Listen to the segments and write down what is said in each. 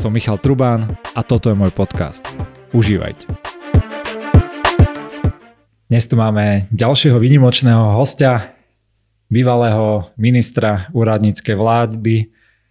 som Michal Trubán a toto je môj podcast. Užívajte. Dnes tu máme ďalšieho výnimočného hostia, bývalého ministra úradníckej vlády,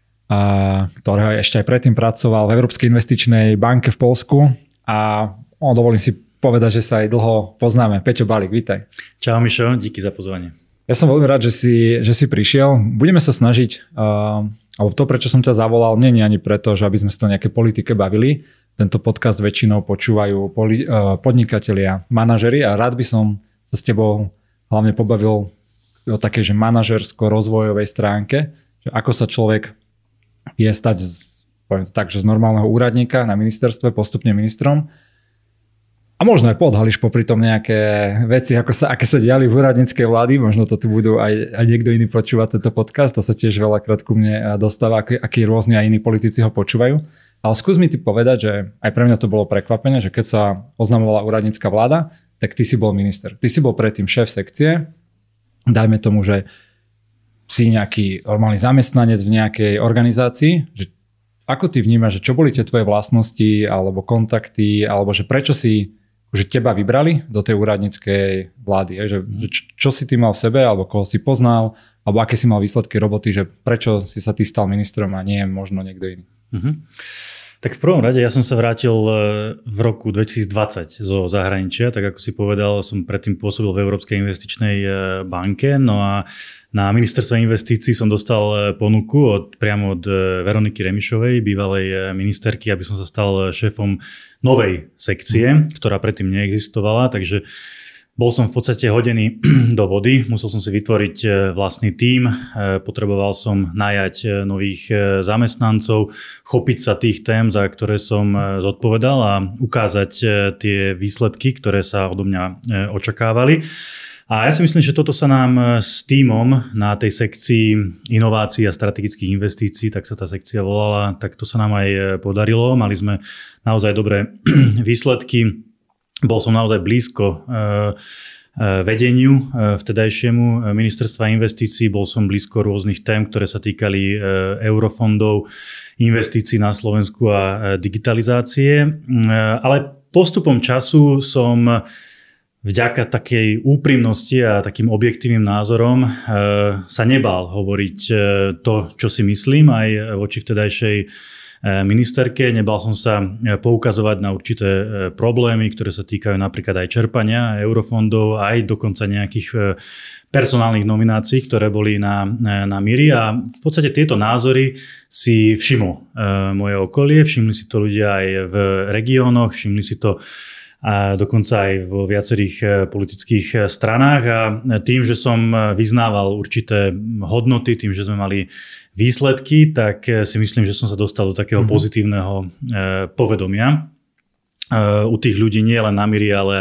ktorého ešte aj predtým pracoval v Európskej investičnej banke v Poľsku a dovolím si povedať, že sa aj dlho poznáme. Peťo Balík, vítaj. Čau Mišo, díky za pozvanie. Ja som veľmi rád, že si prišiel. Budeme sa snažiť, alebo to, prečo som ťa zavolal, nie je ani preto, že aby sme sa to nejaké politike bavili. Tento podcast väčšinou počúvajú podnikatelia, manažeri a rád by som sa s tebou hlavne pobavil o takej, že manažersko-rozvojovej stránke, že ako sa človek je stať poviem to tak, že z normálneho úradníka na ministerstve postupne ministrom. A možno aj podhalíš popri tom nejaké veci, aké sa diali v úradníckej vlády. Možno to tu budú aj niekto iný počúvať tento podcast. To sa tiež veľakrát ku mne dostáva, akí rôzni aj iní politici ho počúvajú. Ale skús mi ty povedať, že aj pre mňa to bolo prekvapenie, že keď sa oznamovala úradnícka vláda, tak ty si bol minister. Ty si bol predtým šéf sekcie. Dajme tomu, že si nejaký normálny zamestnanec v nejakej organizácii. Že ako ty vnímaš, že čo boli tie tvoje vlastnosti alebo kontakty, alebo že prečo si že teba vybrali do tej úradníckej vlády, že čo si ty mal v sebe, alebo koho si poznal, alebo aké si mal výsledky roboty, že prečo si sa ty stal ministrom a nie možno niekto iný. Tak v prvom rade ja som sa vrátil v roku 2020 zo zahraničia, tak ako si povedal, som predtým pôsobil v Európskej investičnej banke, no a na ministerstve investícií som dostal ponuku priamo od Veroniky Remišovej, bývalej ministerky, aby som sa stal šéfom novej sekcie, ktorá predtým neexistovala, takže bol som v podstate hodený do vody, musel som si vytvoriť vlastný tím, potreboval som najať nových zamestnancov, chopiť sa tých tém, za ktoré som zodpovedal a ukázať tie výsledky, ktoré sa odo mňa očakávali. A ja si myslím, že toto sa nám s tímom na tej sekcii inovácií a strategických investícií, tak sa tá sekcia volala, tak to sa nám aj podarilo. Mali sme naozaj dobré výsledky. Bol som naozaj blízko vedeniu vtedajšiemu ministerstva investícií. Bol som blízko rôznych tém, ktoré sa týkali eurofondov, investícií na Slovensku a digitalizácie. Ale postupom času som vďaka takej úprimnosti a takým objektívnym názorom sa nebál hovoriť to, čo si myslím aj voči vtedajšej ministerke. Nebal som sa poukazovať na určité problémy, ktoré sa týkajú napríklad aj čerpania eurofondov, aj dokonca nejakých personálnych nominácií, ktoré boli na MIRI. A v podstate tieto názory si všimlo moje okolie, všimli si to ľudia aj v regiónoch, všimli si to a dokonca aj vo viacerých politických stranách a tým, že som vyznával určité hodnoty, tým, že sme mali výsledky, tak si myslím, že som sa dostal do takého pozitívneho povedomia u tých ľudí, nie len na MIRI, ale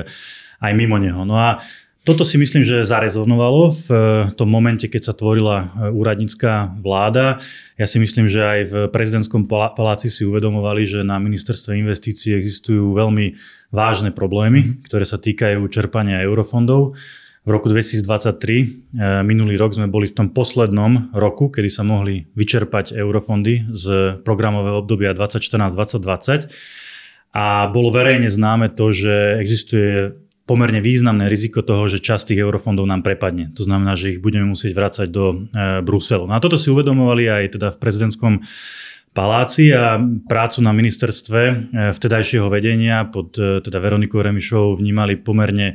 aj mimo neho. No a toto si myslím, že zarezonovalo v tom momente, keď sa tvorila úradnícka vláda. Ja si myslím, že aj v prezidentskom paláci si uvedomovali, že na ministerstve investícií existujú veľmi vážne problémy, ktoré sa týkajú čerpania eurofondov. V roku 2023, minulý rok, sme boli v tom poslednom roku, kedy sa mohli vyčerpať eurofondy z programového obdobia 2014-2020 a bolo verejne známe to, že existuje pomerne významné riziko toho, že časť tých eurofondov nám prepadne. To znamená, že ich budeme musieť vrácať do Bruselu. No a toto si uvedomovali aj teda v prezidentskom paláci a prácu na ministerstve vtedajšieho vedenia pod teda Veronikou Remišovou vnímali pomerne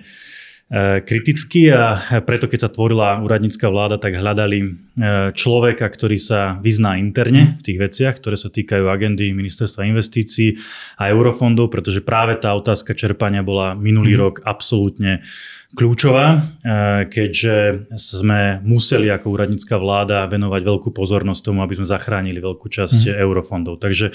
kriticky a preto, keď sa tvorila úradnícka vláda, tak hľadali človeka, ktorý sa vyzná interne v tých veciach, ktoré sa týkajú agendy ministerstva investícií a eurofondov, pretože práve tá otázka čerpania bola minulý rok absolútne kľúčová, keďže sme museli ako úradnícka vláda venovať veľkú pozornosť tomu, aby sme zachránili veľkú časť eurofondov. Takže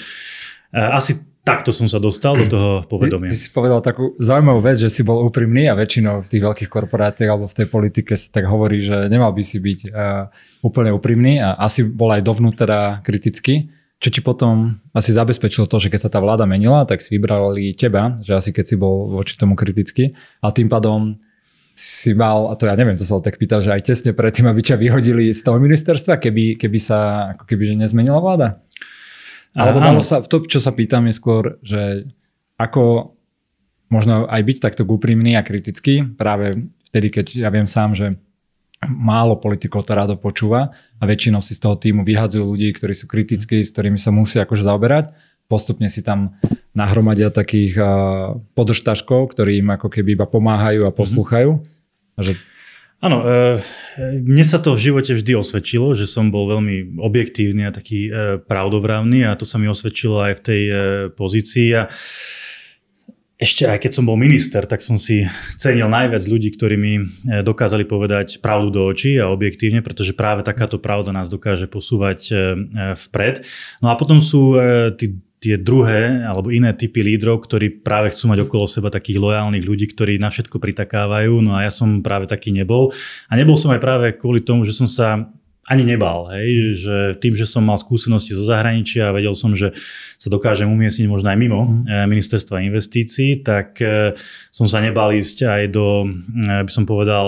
asi takto som sa dostal do toho povedomia. Ty si povedal takú zaujímavú vec, že si bol úprimný a väčšinou v tých veľkých korporáciách alebo v tej politike sa tak hovorí, že nemal by si byť úplne úprimný a asi bol aj dovnútra kritický. Čo ti potom asi zabezpečilo to, že keď sa tá vláda menila, tak si vybrali teba, že asi keď si bol voči tomu kritický a tým pádom si mal, a to ja neviem, to sa tak pýtal, že aj tesne predtým, aby ťa vyhodili z toho ministerstva, keby sa ako keby že nezmenila vláda? Alebo dalo sa, to, čo sa pýtam, je skôr, že ako možno aj byť takto úprimný a kritický, práve vtedy, keď ja viem sám, že málo politikov to rádo počúva a väčšinou si z toho týmu vyhadzujú ľudí, ktorí sú kritickí, s ktorými sa musia akože zaoberať. Postupne si tam nahromadia takých podržtaškov, ktorí im ako keby iba pomáhajú a poslúchajú. Áno, mne sa to v živote vždy osvedčilo, že som bol veľmi objektívny a taký pravdovravný a to sa mi osvedčilo aj v tej pozícii a ešte aj keď som bol minister, tak som si cenil najviac ľudí, ktorí mi dokázali povedať pravdu do očí a objektívne, pretože práve takáto pravda nás dokáže posúvať vpred. No a potom sú tie druhé alebo iné typy lídrov, ktorí práve chcú mať okolo seba takých lojálnych ľudí, ktorí na všetko pritakávajú. No a ja som práve taký nebol. A nebol som aj práve kvôli tomu, že som sa ani nebal, že tým, že som mal skúsenosti zo zahraničia a vedel som, že sa dokážem umiestniť možno aj mimo ministerstva investícií, tak som sa nebal ísť aj do, by som povedal,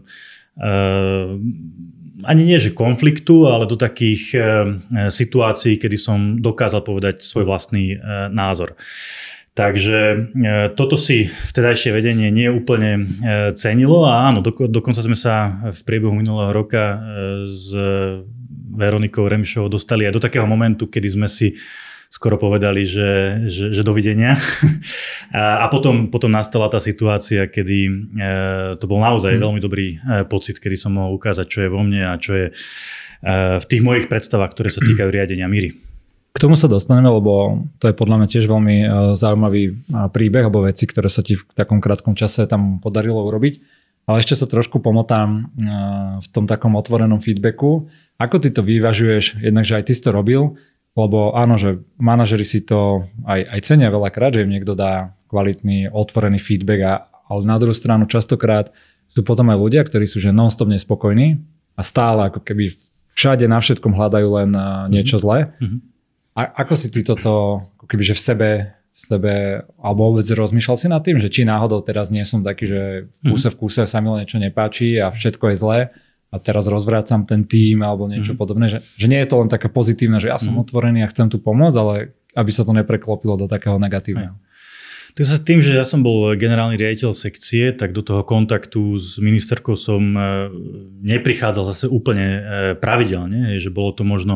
ani nie, že konfliktu, ale do takých situácií, kedy som dokázal povedať svoj vlastný názor. Takže toto si vtedajšie vedenie nie úplne cenilo a áno, dokonca sme sa v priebehu minulého roka s Veronikou Remišovou dostali aj do takého momentu, kedy sme si skoro povedali, že dovidenia. A potom nastala tá situácia, kedy to bol naozaj veľmi dobrý pocit, kedy som mohol ukázať, čo je vo mne a čo je v tých mojich predstavách, ktoré sa týkajú riadenia míry. K tomu sa dostaneme, lebo to je podľa mňa tiež veľmi zaujímavý príbeh alebo veci, ktoré sa ti v takom krátkom čase tam podarilo urobiť. Ale ešte sa trošku pomotám v tom takom otvorenom feedbacku. Ako ty to vyvažuješ, jednak, že aj ty si to robil, lebo áno, že manažeri si to aj cenia veľakrát, že im niekto dá kvalitný, otvorený feedback, ale na druhú stranu častokrát sú potom aj ľudia, ktorí sú že non-stop nespokojní a stále ako keby všade na všetkom hľadajú len niečo zlé. A ako si ty toto, ako keby, že v sebe, alebo vôbec rozmýšľal si nad tým, že či náhodou teraz nie som taký, že v kúse sa mi niečo nepáči a všetko je zlé a teraz rozvrácam ten tím alebo niečo podobné, že nie je to len také pozitívne, že ja som otvorený a chcem tu pomôcť, ale aby sa to nepreklopilo do takého negatívneho. Tak sa tým, že ja som bol generálny riaditeľ sekcie, tak do toho kontaktu s ministerkou som neprichádzal zase úplne pravidelne, že bolo to možno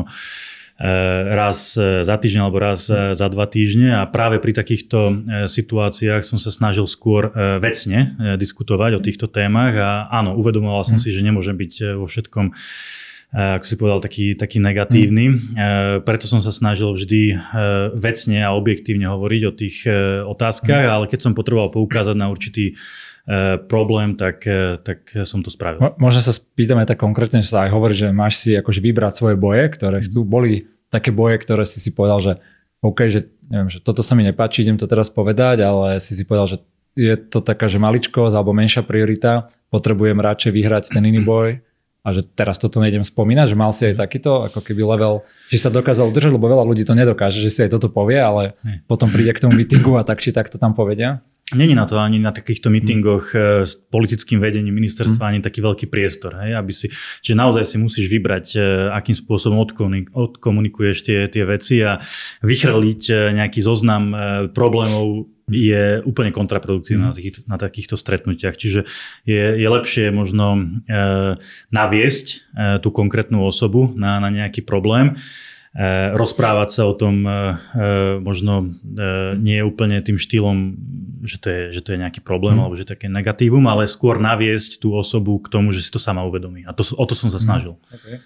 raz za týždeň alebo raz za 2 týždne a práve pri takýchto situáciách som sa snažil skôr vecne diskutovať o týchto témach a áno, uvedomoval som si, že nemôžem byť vo všetkom, ako si povedal, taký negatívny. Preto som sa snažil vždy vecne a objektívne hovoriť o tých otázkach, ale keď som potreboval poukázať na určitý problém, tak som to spravil. Možno sa spýtam aj tak konkrétne, že sa aj hovorí, že máš si akože vybrať svoje boje, ktoré boli také boje, ktoré si povedal, že OK, že neviem, že toto sa mi nepáči, idem to teraz povedať, ale si povedal, že je to taká, že maličkosť alebo menšia priorita, potrebujem radšej vyhrať ten iný boj a že teraz toto nejdem spomínať, že mal si aj takýto ako keby level, že sa dokázal udržať, lebo veľa ľudí to nedokáže, že si aj toto povie, ale potom príde k tomu meetingu a tak či tak to tam povedia. Není na to ani na takýchto meetingoch s politickým vedením ministerstva ani taký veľký priestor, že naozaj si musíš vybrať, akým spôsobom odkomunikuješ tie veci a vychrliť nejaký zoznam problémov je úplne kontraproduktívne na takýchto stretnutiach. Čiže je lepšie možno naviesť tú konkrétnu osobu na nejaký problém, rozprávať sa o tom možno nie úplne tým štýlom, že to je nejaký problém alebo že to je také negatívum, ale skôr naviesť tú osobu k tomu, že si to sama uvedomí. A o to som sa snažil. Okay.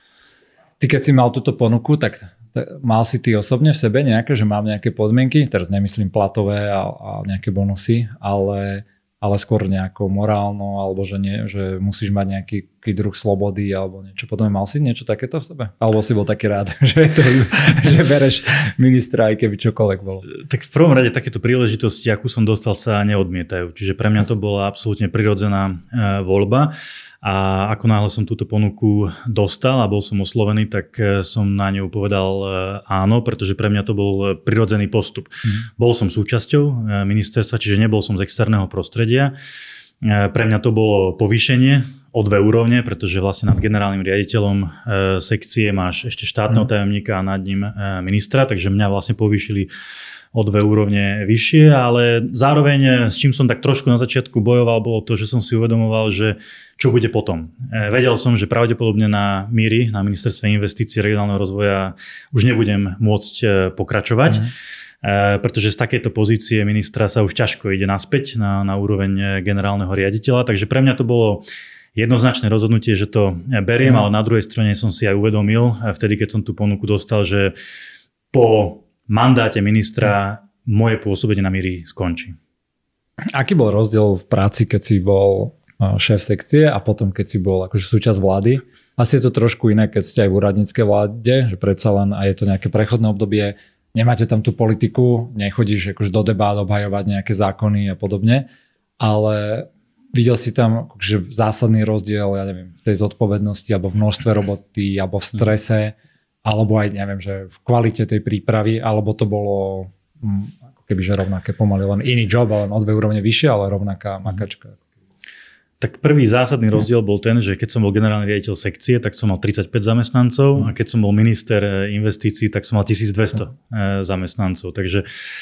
Ty keď si mal túto ponuku, tak mal si ty osobne v sebe nejaké, že mám nejaké podmienky, teraz nemyslím platové a nejaké bonusy, ale skôr nejakou morálnou, alebo že musíš mať nejaký druh slobody alebo niečo. Potom mal si niečo takéto v sebe? Alebo si bol taký rád, že bereš ministra, aj keby čokoľvek bolo? Tak v prvom rade takéto príležitosti, akú som dostal, sa neodmietajú. Čiže pre mňa to bola absolútne prirodzená voľba. A ako náhle som túto ponuku dostal a bol som oslovený, tak som na ňu povedal áno, pretože pre mňa to bol prirodzený postup. Bol som súčasťou ministerstva, čiže nebol som z externého prostredia. Pre mňa to bolo povýšenie o dve úrovne, pretože vlastne nad generálnym riaditeľom sekcie máš ešte štátneho tajomníka a nad ním ministra, takže mňa vlastne povýšili o dve úrovne vyššie, ale zároveň s čím som tak trošku na začiatku bojoval, bolo to, že som si uvedomoval, že čo bude potom. Vedel som, že pravdepodobne na MIRI, na Ministerstve investícií a regionálneho rozvoja už nebudem môcť pokračovať, pretože z takejto pozície ministra sa už ťažko ide naspäť na úroveň generálneho riaditeľa, takže pre mňa to bolo jednoznačné rozhodnutie, že to beriem, ale na druhej strane som si aj uvedomil, vtedy keď som tú ponuku dostal, že po mandáte ministra moje pôsobenie na MIRI skončí. Aký bol rozdiel v práci, keď si bol šéf sekcie a potom keď si bol akože súčasť vlády? Asi je to trošku iné, keď ste aj v úradníckej vláde, že predsa len a je to nejaké prechodné obdobie, nemáte tam tú politiku, nechodíš akože do debát obhajovať nejaké zákony a podobne, ale videl si tam akože zásadný rozdiel, ja neviem, v tej zodpovednosti alebo v množstve roboty alebo v strese, alebo aj, neviem, že v kvalite tej prípravy, alebo to bolo ako keby, že rovnaké pomaly, len iný job, ale o dve úrovne vyššie, ale rovnaká makačka. Tak prvý zásadný rozdiel bol ten, že keď som bol generálny riaditeľ sekcie, tak som mal 35 zamestnancov a keď som bol minister investícií, tak som mal 1200 zamestnancov. Takže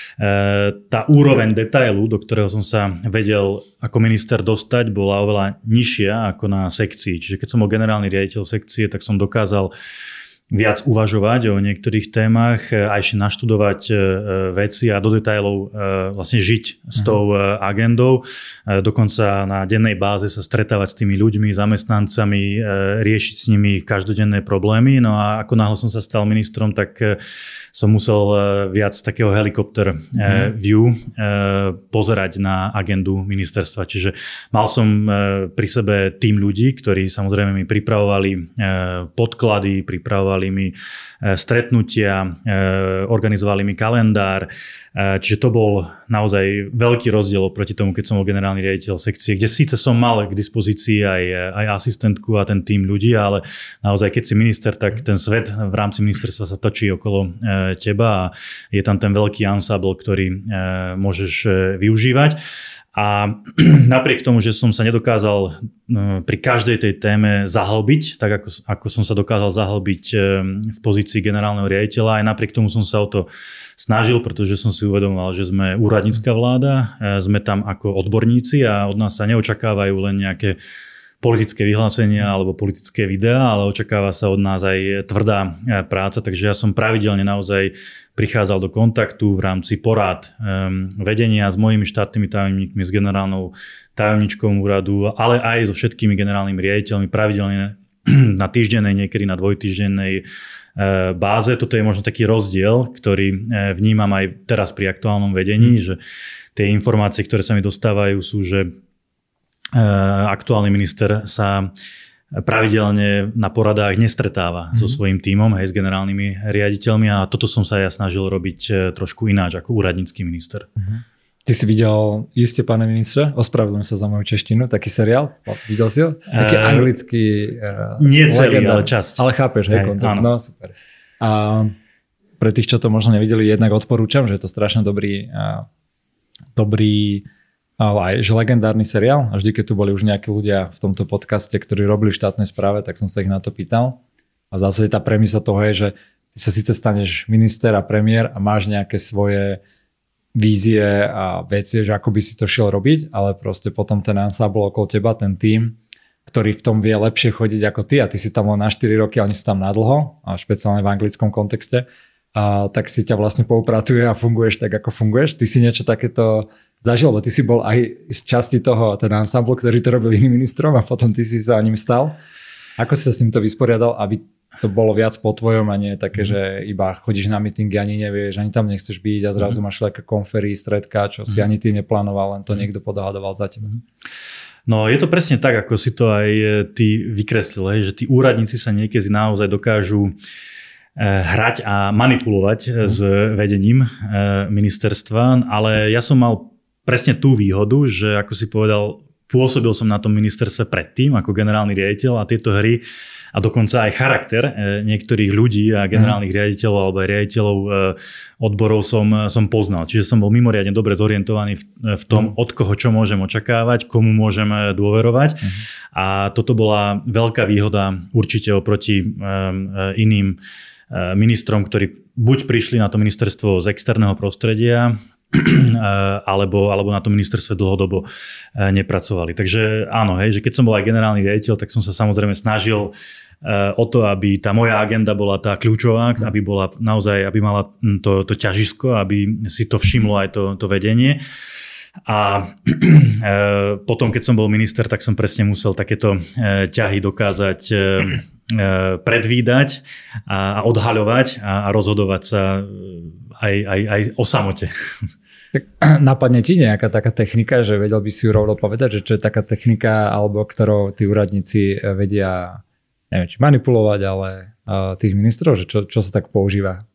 tá úroveň detailu, do ktorého som sa vedel ako minister dostať, bola oveľa nižšia ako na sekcii. Čiže keď som bol generálny riaditeľ sekcie, tak som dokázal viac uvažovať o niektorých témach, aj ešte naštudovať veci a do detailov vlastne žiť s tou agendou. Dokonca na dennej báze sa stretávať s tými ľuďmi, zamestnancami, riešiť s nimi každodenné problémy. No a ako náhle som sa stal ministrom, tak som musel viac takého helikopter view pozerať na agendu ministerstva. Čiže mal som pri sebe tým ľudí, ktorí samozrejme mi pripravovali podklady, pripravovali mi stretnutia, organizovali mi kalendár. Čiže to bol naozaj veľký rozdiel proti tomu, keď som bol generálny riaditeľ sekcie, kde síce som mal k dispozícii aj asistentku a ten tým ľudí, ale naozaj keď si minister, tak ten svet v rámci ministerstva sa točí okolo teba a je tam ten veľký ansábl, ktorý môžeš využívať. A napriek tomu, že som sa nedokázal pri každej tej téme zahlbiť, tak ako som sa dokázal zahlbiť v pozícii generálneho riaditeľa, aj napriek tomu som sa o to snažil, pretože som si uvedomoval, že sme úradnícka vláda, sme tam ako odborníci a od nás sa neočakávajú len nejaké politické vyhlásenia alebo politické videá, ale očakáva sa od nás aj tvrdá práca, takže ja som pravidelne naozaj prichádzal do kontaktu v rámci porád vedenia s mojimi štátnymi tajomníkmi, s generálnou tajomničkou úradu, ale aj so všetkými generálnymi riaditeľmi pravidelne na týždennej, niekedy na dvojtýždennej báze. Toto je možno taký rozdiel, ktorý vnímam aj teraz pri aktuálnom vedení, že tie informácie, ktoré sa mi dostávajú, sú, že aktuálny minister sa pravidelne na poradách nestretáva so svojím tímom, hej, s generálnymi riaditeľmi a toto som sa ja snažil robiť trošku ináč ako úradnícky minister. Ty si videl, iste pane ministre, ospravedlňujem sa za moju češtinu, taký seriál, videl si ho? Taký anglický nie celý, ale časť. Ale chápeš, hej, kontext, no super. A pre tých, čo to možno nevideli, jednak odporúčam, že je to strašne dobrý ale aj že legendárny seriál a vždy, keď tu boli už nejakí ľudia v tomto podcaste, ktorí robili v štátnej správe, tak som sa ich na to pýtal. A v zásade tá premisa toho je, že ty sa síce staneš minister a premiér a máš nejaké svoje vízie a veci, že ako by si to šiel robiť, ale proste potom ten ansábl okolo teba, ten tím, ktorý v tom vie lepšie chodiť ako ty a ty si tam len na 4 roky a oni sú tam na dlho a špeciálne v anglickom kontexte, a tak si ťa vlastne poupratuje a funguješ tak, ako funguješ. Ty si niečo takéto zažil, lebo ty si bol aj z časti toho, ten ensemble, ktorý to robil iným ministrom a potom ty si sa ním stal. Ako si sa s týmto vysporiadal, aby to bolo viac po tvojom a nie také, že iba chodíš na meetingy, ani nevieš, ani tam nechceš byť a zrazu máš také konferí, stredka, čo si ani ty neplánoval, len to niekto podohadoval za teba. No je to presne tak, ako si to aj ty vykreslil, že tí úradníci sa niekedy naozaj dokážu hrať a manipulovať s vedením ministerstva, ale ja som mal presne tú výhodu, že ako si povedal, pôsobil som na tom ministerstve predtým ako generálny riaditeľ a tieto hry a dokonca aj charakter niektorých ľudí a generálnych riaditeľov alebo aj riaditeľov odborov som poznal. Čiže som bol mimoriadne dobre zorientovaný v tom, od koho čo môžem očakávať, komu môžem dôverovať. A toto bola veľká výhoda určite oproti iným ministrom, ktorí buď prišli na to ministerstvo z externého prostredia, alebo na tom ministerstve dlhodobo nepracovali. Takže áno, hej, že keď som bol aj generálny riaditeľ, tak som sa samozrejme snažil o to, aby tá moja agenda bola tá kľúčová, aby bola naozaj, aby mala to ťažisko, aby si to všimlo aj to vedenie. A potom, keď som bol minister, tak som presne musel takéto ťahy dokázať predvídať a odhaľovať a rozhodovať sa aj o samote. Tak napadne ti nejaká taká technika, že vedel by si ju rovno povedať, že čo je taká technika, alebo ktorou tí úradníci vedia, neviem, či manipulovať, ale tých ministrov, že čo sa tak používa?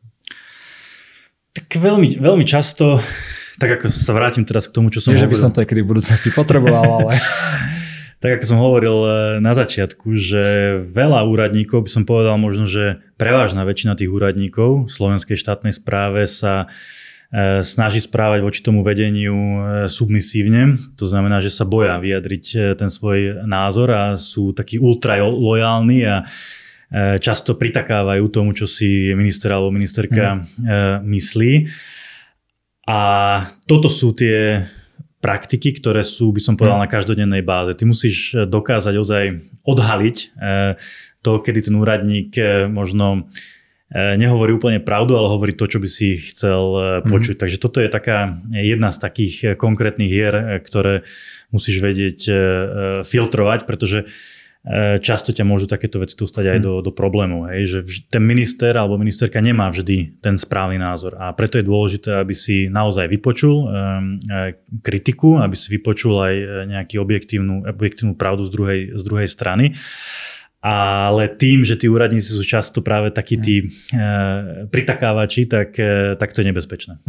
Tak veľmi, veľmi často, tak ako sa vrátim teraz k tomu, čo som hovoril. Že by som to aj kedy v budúcnosti potreboval, ale... Tak ako som hovoril na začiatku, že veľa úradníkov, by som povedal možno, že prevažná väčšina tých úradníkov v slovenskej štátnej správe sa snaží správať voči tomu vedeniu submisívne. To znamená, že sa boja vyjadriť ten svoj názor a sú takí ultra lojálni a často pritakávajú tomu, čo si minister alebo ministerka myslí. A toto sú tie praktiky, ktoré sú, by som povedal, na každodennej báze. Ty musíš dokázať ozaj odhaliť to, kedy ten úradník možno nehovorí úplne pravdu, ale hovorí to, čo by si chcel počuť. Takže toto je taká jedna z takých konkrétnych hier, ktoré musíš vedieť filtrovať, pretože často ťa môžu takéto veci dostať aj do problémov. Hej? Že ten minister alebo ministerka nemá vždy ten správny názor. A preto je dôležité, aby si naozaj vypočul kritiku, aby si vypočul aj nejakú objektívnu pravdu z druhej strany. Ale tým, že tí úradníci sú často práve takí tí pritakávači, tak to je nebezpečné.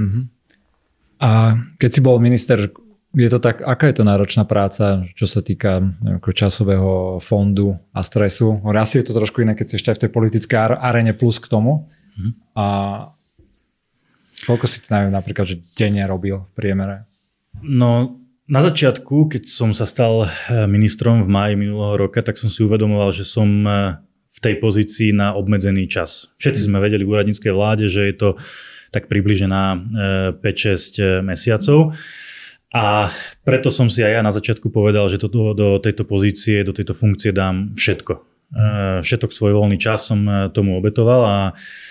A keď si bol minister, je to tak, aká je to náročná práca, čo sa týka časového fondu a stresu? Asi je to trošku iné, keď si ešte aj v tej politickej aréne plus k tomu. A koľko si to napríklad, že denne robil v priemere? No, na začiatku, keď som sa stal ministrom v máji minulého roka, tak som si uvedomoval, že som v tej pozícii na obmedzený čas. Všetci sme vedeli v úradníckej vláde, že je to tak približne na 5-6 mesiacov. A preto som si aj ja na začiatku povedal, že do tejto pozície, do tejto funkcie dám všetko. Všetok svoj voľný čas som tomu obetoval a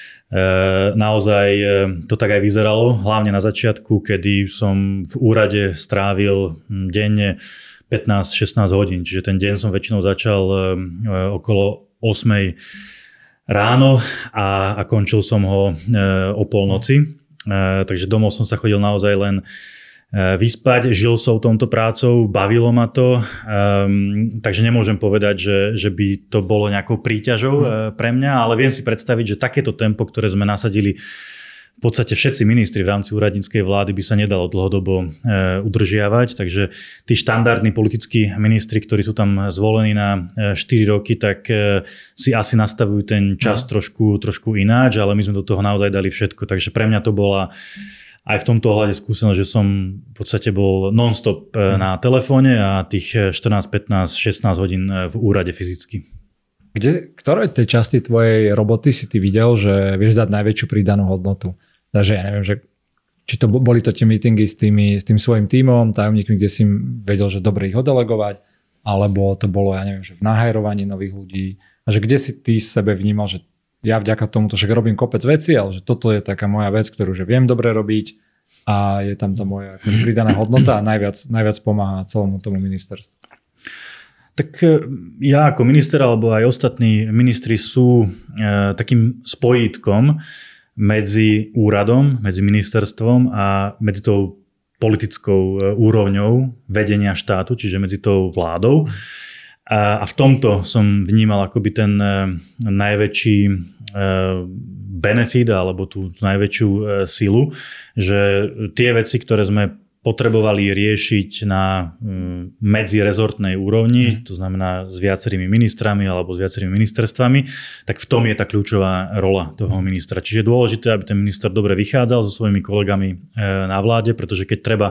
naozaj to tak aj vyzeralo, hlavne na začiatku, kedy som v úrade strávil denne 15-16 hodín, čiže ten deň som väčšinou začal okolo 8 ráno a končil som ho o polnoci, takže domov som sa chodil naozaj len vyspať, žil som touto prácou, bavilo ma to, takže nemôžem povedať, že by to bolo nejakou príťažou pre mňa, ale viem si predstaviť, že takéto tempo, ktoré sme nasadili v podstate všetci ministri v rámci úradníckej vlády, by sa nedalo dlhodobo udržiavať, takže tí štandardní politickí ministri, ktorí sú tam zvolení na 4 roky, tak si asi nastavujú ten čas trošku ináč, ale my sme do toho naozaj dali všetko, takže pre mňa to bola aj v tomto ohľade skúsenosť, že som v podstate bol non-stop na telefóne a tých 14, 15, 16 hodín v úrade fyzicky. Ktoré tej časti tvojej roboty si ty videl, že vieš dať najväčšiu pridanú hodnotu? Takže ja neviem, že či to boli to tie meetingy s tým svojím tímom, tajomníkmi, kde si vedel, že dobre ich oddelegovať, alebo to bolo, ja neviem, že v nahajrovaní nových ľudí. A že kde si ty sebe vnímal, že ja vďaka tomuto však robím kopec veci, ale že toto je taká moja vec, ktorú že viem dobre robiť a je tam tá moja pridaná hodnota a najviac pomáha celému tomu ministerstvu. Tak ja ako minister alebo aj ostatní ministri sú takým spojítkom medzi úradom, medzi ministerstvom a medzi tou politickou úrovňou vedenia štátu, čiže medzi tou vládou. A v tomto som vnímal akoby ten najväčší benefit alebo tú najväčšiu silu, že tie veci, ktoré sme potrebovali riešiť na medzirezortnej úrovni, to znamená s viacerými ministrami alebo s viacerými ministerstvami, tak v tom je tá kľúčová rola toho ministra. Čiže je dôležité, aby ten minister dobre vychádzal so svojimi kolegami na vláde, pretože keď treba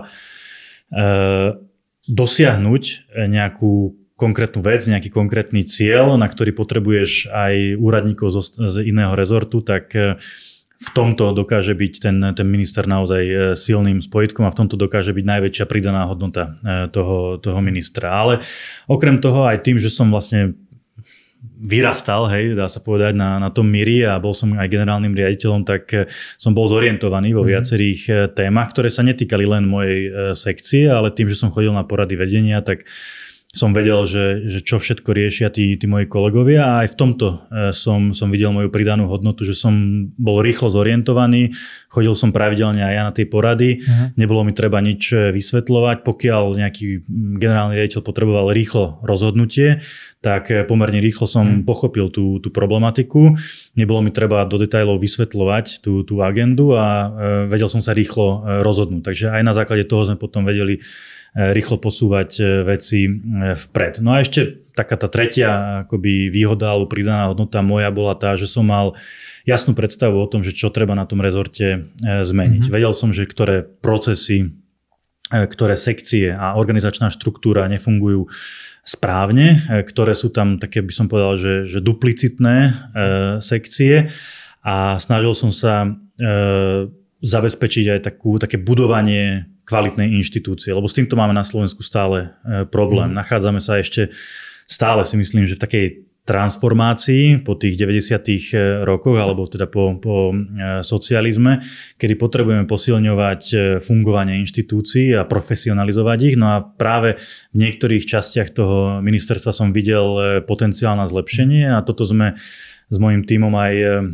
dosiahnuť nejakú konkrétnu vec, nejaký konkrétny cieľ, na ktorý potrebuješ aj úradníkov z iného rezortu, tak v tomto dokáže byť ten minister naozaj silným spojitkom a v tomto dokáže byť najväčšia pridaná hodnota toho ministra. Ale okrem toho aj tým, že som vlastne vyrastal, dá sa povedať, na tom MIRI a bol som aj generálnym riaditeľom, tak som bol zorientovaný vo viacerých témach, ktoré sa netýkali len mojej sekcie, ale tým, že som chodil na porady vedenia, tak som vedel, že čo všetko riešia tí moji kolegovia a aj v tomto som videl moju pridanú hodnotu, že som bol rýchlo zorientovaný, chodil som pravidelne aj ja na tie porady, nebolo mi treba nič vysvetľovať, pokiaľ nejaký generálny riaditeľ potreboval rýchlo rozhodnutie, tak pomerne rýchlo som pochopil tú problematiku, nebolo mi treba do detailov vysvetľovať tú agendu a vedel som sa rýchlo rozhodnúť. Takže aj na základe toho sme potom vedeli rýchlo posúvať veci vpred. No a ešte taká tá tretia akoby výhoda alebo pridaná hodnota moja bola tá, že som mal jasnú predstavu o tom, že čo treba na tom rezorte zmeniť. Vedel som, že ktoré procesy, ktoré sekcie a organizačná štruktúra nefungujú správne, ktoré sú tam také, by som povedal, že duplicitné sekcie a snažil som sa zabezpečiť aj také budovanie kvalitnej inštitúcie, lebo s týmto máme na Slovensku stále problém. Nachádzame sa ešte stále, si myslím, že v takej transformácii po tých 90. rokoch, alebo teda po socializme, kedy potrebujeme posilňovať fungovanie inštitúcií a profesionalizovať ich. No a práve v niektorých častiach toho ministerstva som videl potenciál na zlepšenie a toto sme s mojím tímom aj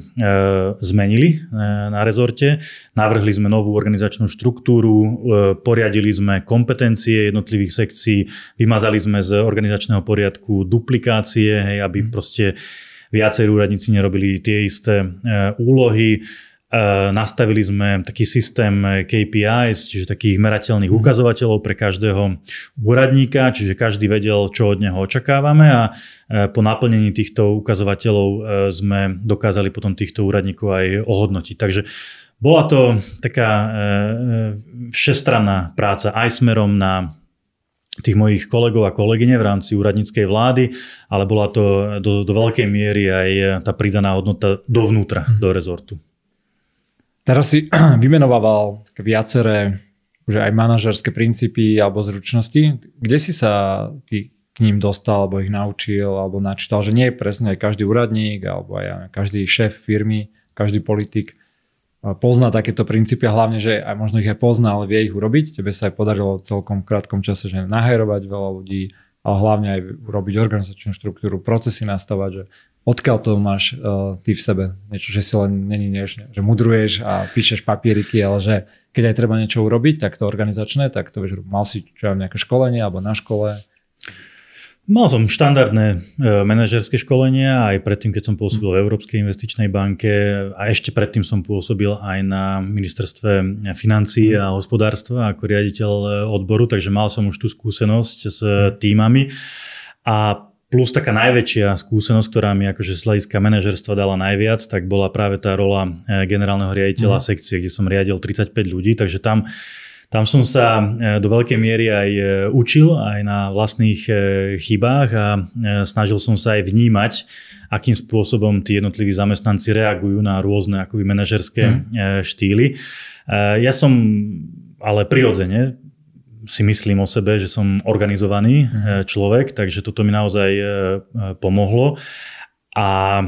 zmenili na rezorte. Navrhli sme novú organizačnú štruktúru, poriadili sme kompetencie jednotlivých sekcií, vymazali sme z organizačného poriadku duplikácie, aby proste viacerí úradníci nerobili tie isté úlohy. Nastavili sme taký systém KPIs, čiže takých merateľných ukazovateľov pre každého úradníka, čiže každý vedel, čo od neho očakávame a po naplnení týchto ukazovateľov sme dokázali potom týchto úradníkov aj ohodnotiť. Takže bola to taká všestranná práca aj smerom na tých mojich kolegov a kolegyne v rámci úradníckej vlády, ale bola to do veľkej miery aj tá pridaná hodnota dovnútra, do rezortu. Teraz si vymenovával viaceré už aj manažerské princípy alebo zručnosti. Kde si sa ty k ním dostal, alebo ich naučil, alebo načítal, že nie je presne aj každý úradník, alebo aj každý šéf firmy, každý politik pozná takéto princípy a hlavne, že aj možno ich aj pozná, ale vie ich urobiť. Tebe sa aj podarilo v celkom krátkom čase, že nahajrovať veľa ľudí, ale hlavne aj urobiť organizačnú štruktúru, procesy nastavať, že odkiaľ to máš ty v sebe? Niečo, že si len že mudruješ a píšeš papieriky, ale že keď aj treba niečo urobiť, tak to organizačné, tak to vieš, mal si nejaké školenie alebo na škole? Mal som štandardné manažerské školenia aj predtým, keď som pôsobil v Európskej investičnej banke a ešte predtým som pôsobil aj na ministerstve financií a hospodárstva ako riaditeľ odboru, takže mal som už tú skúsenosť s tímami a plus taká najväčšia skúsenosť, ktorá mi akože z hľadiska manažerstva dala najviac, tak bola práve tá rola generálneho riaditeľa sekcie, kde som riadil 35 ľudí, takže tam som sa do veľkej miery aj učil, aj na vlastných chybách a snažil som sa aj vnímať, akým spôsobom tí jednotliví zamestnanci reagujú na rôzne akoby manažerské štýly. Ja som ale prirodzene si myslím o sebe, že som organizovaný človek, takže toto mi naozaj pomohlo. A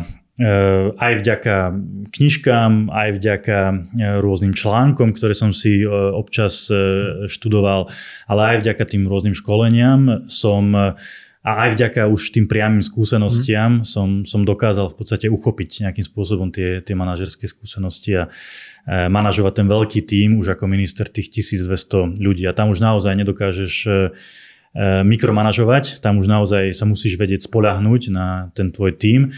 aj vďaka knižkám, aj vďaka rôznym článkom, ktoré som si občas študoval, ale aj vďaka tým rôznym školeniam a aj vďaka už tým priamym skúsenostiam som dokázal v podstate uchopiť nejakým spôsobom tie manažerské skúsenosti a manažovať ten veľký tím už ako minister tých 1200 ľudí. A tam už naozaj nedokážeš mikromanažovať, tam už naozaj sa musíš vedieť spoľahnúť na ten tvoj tím.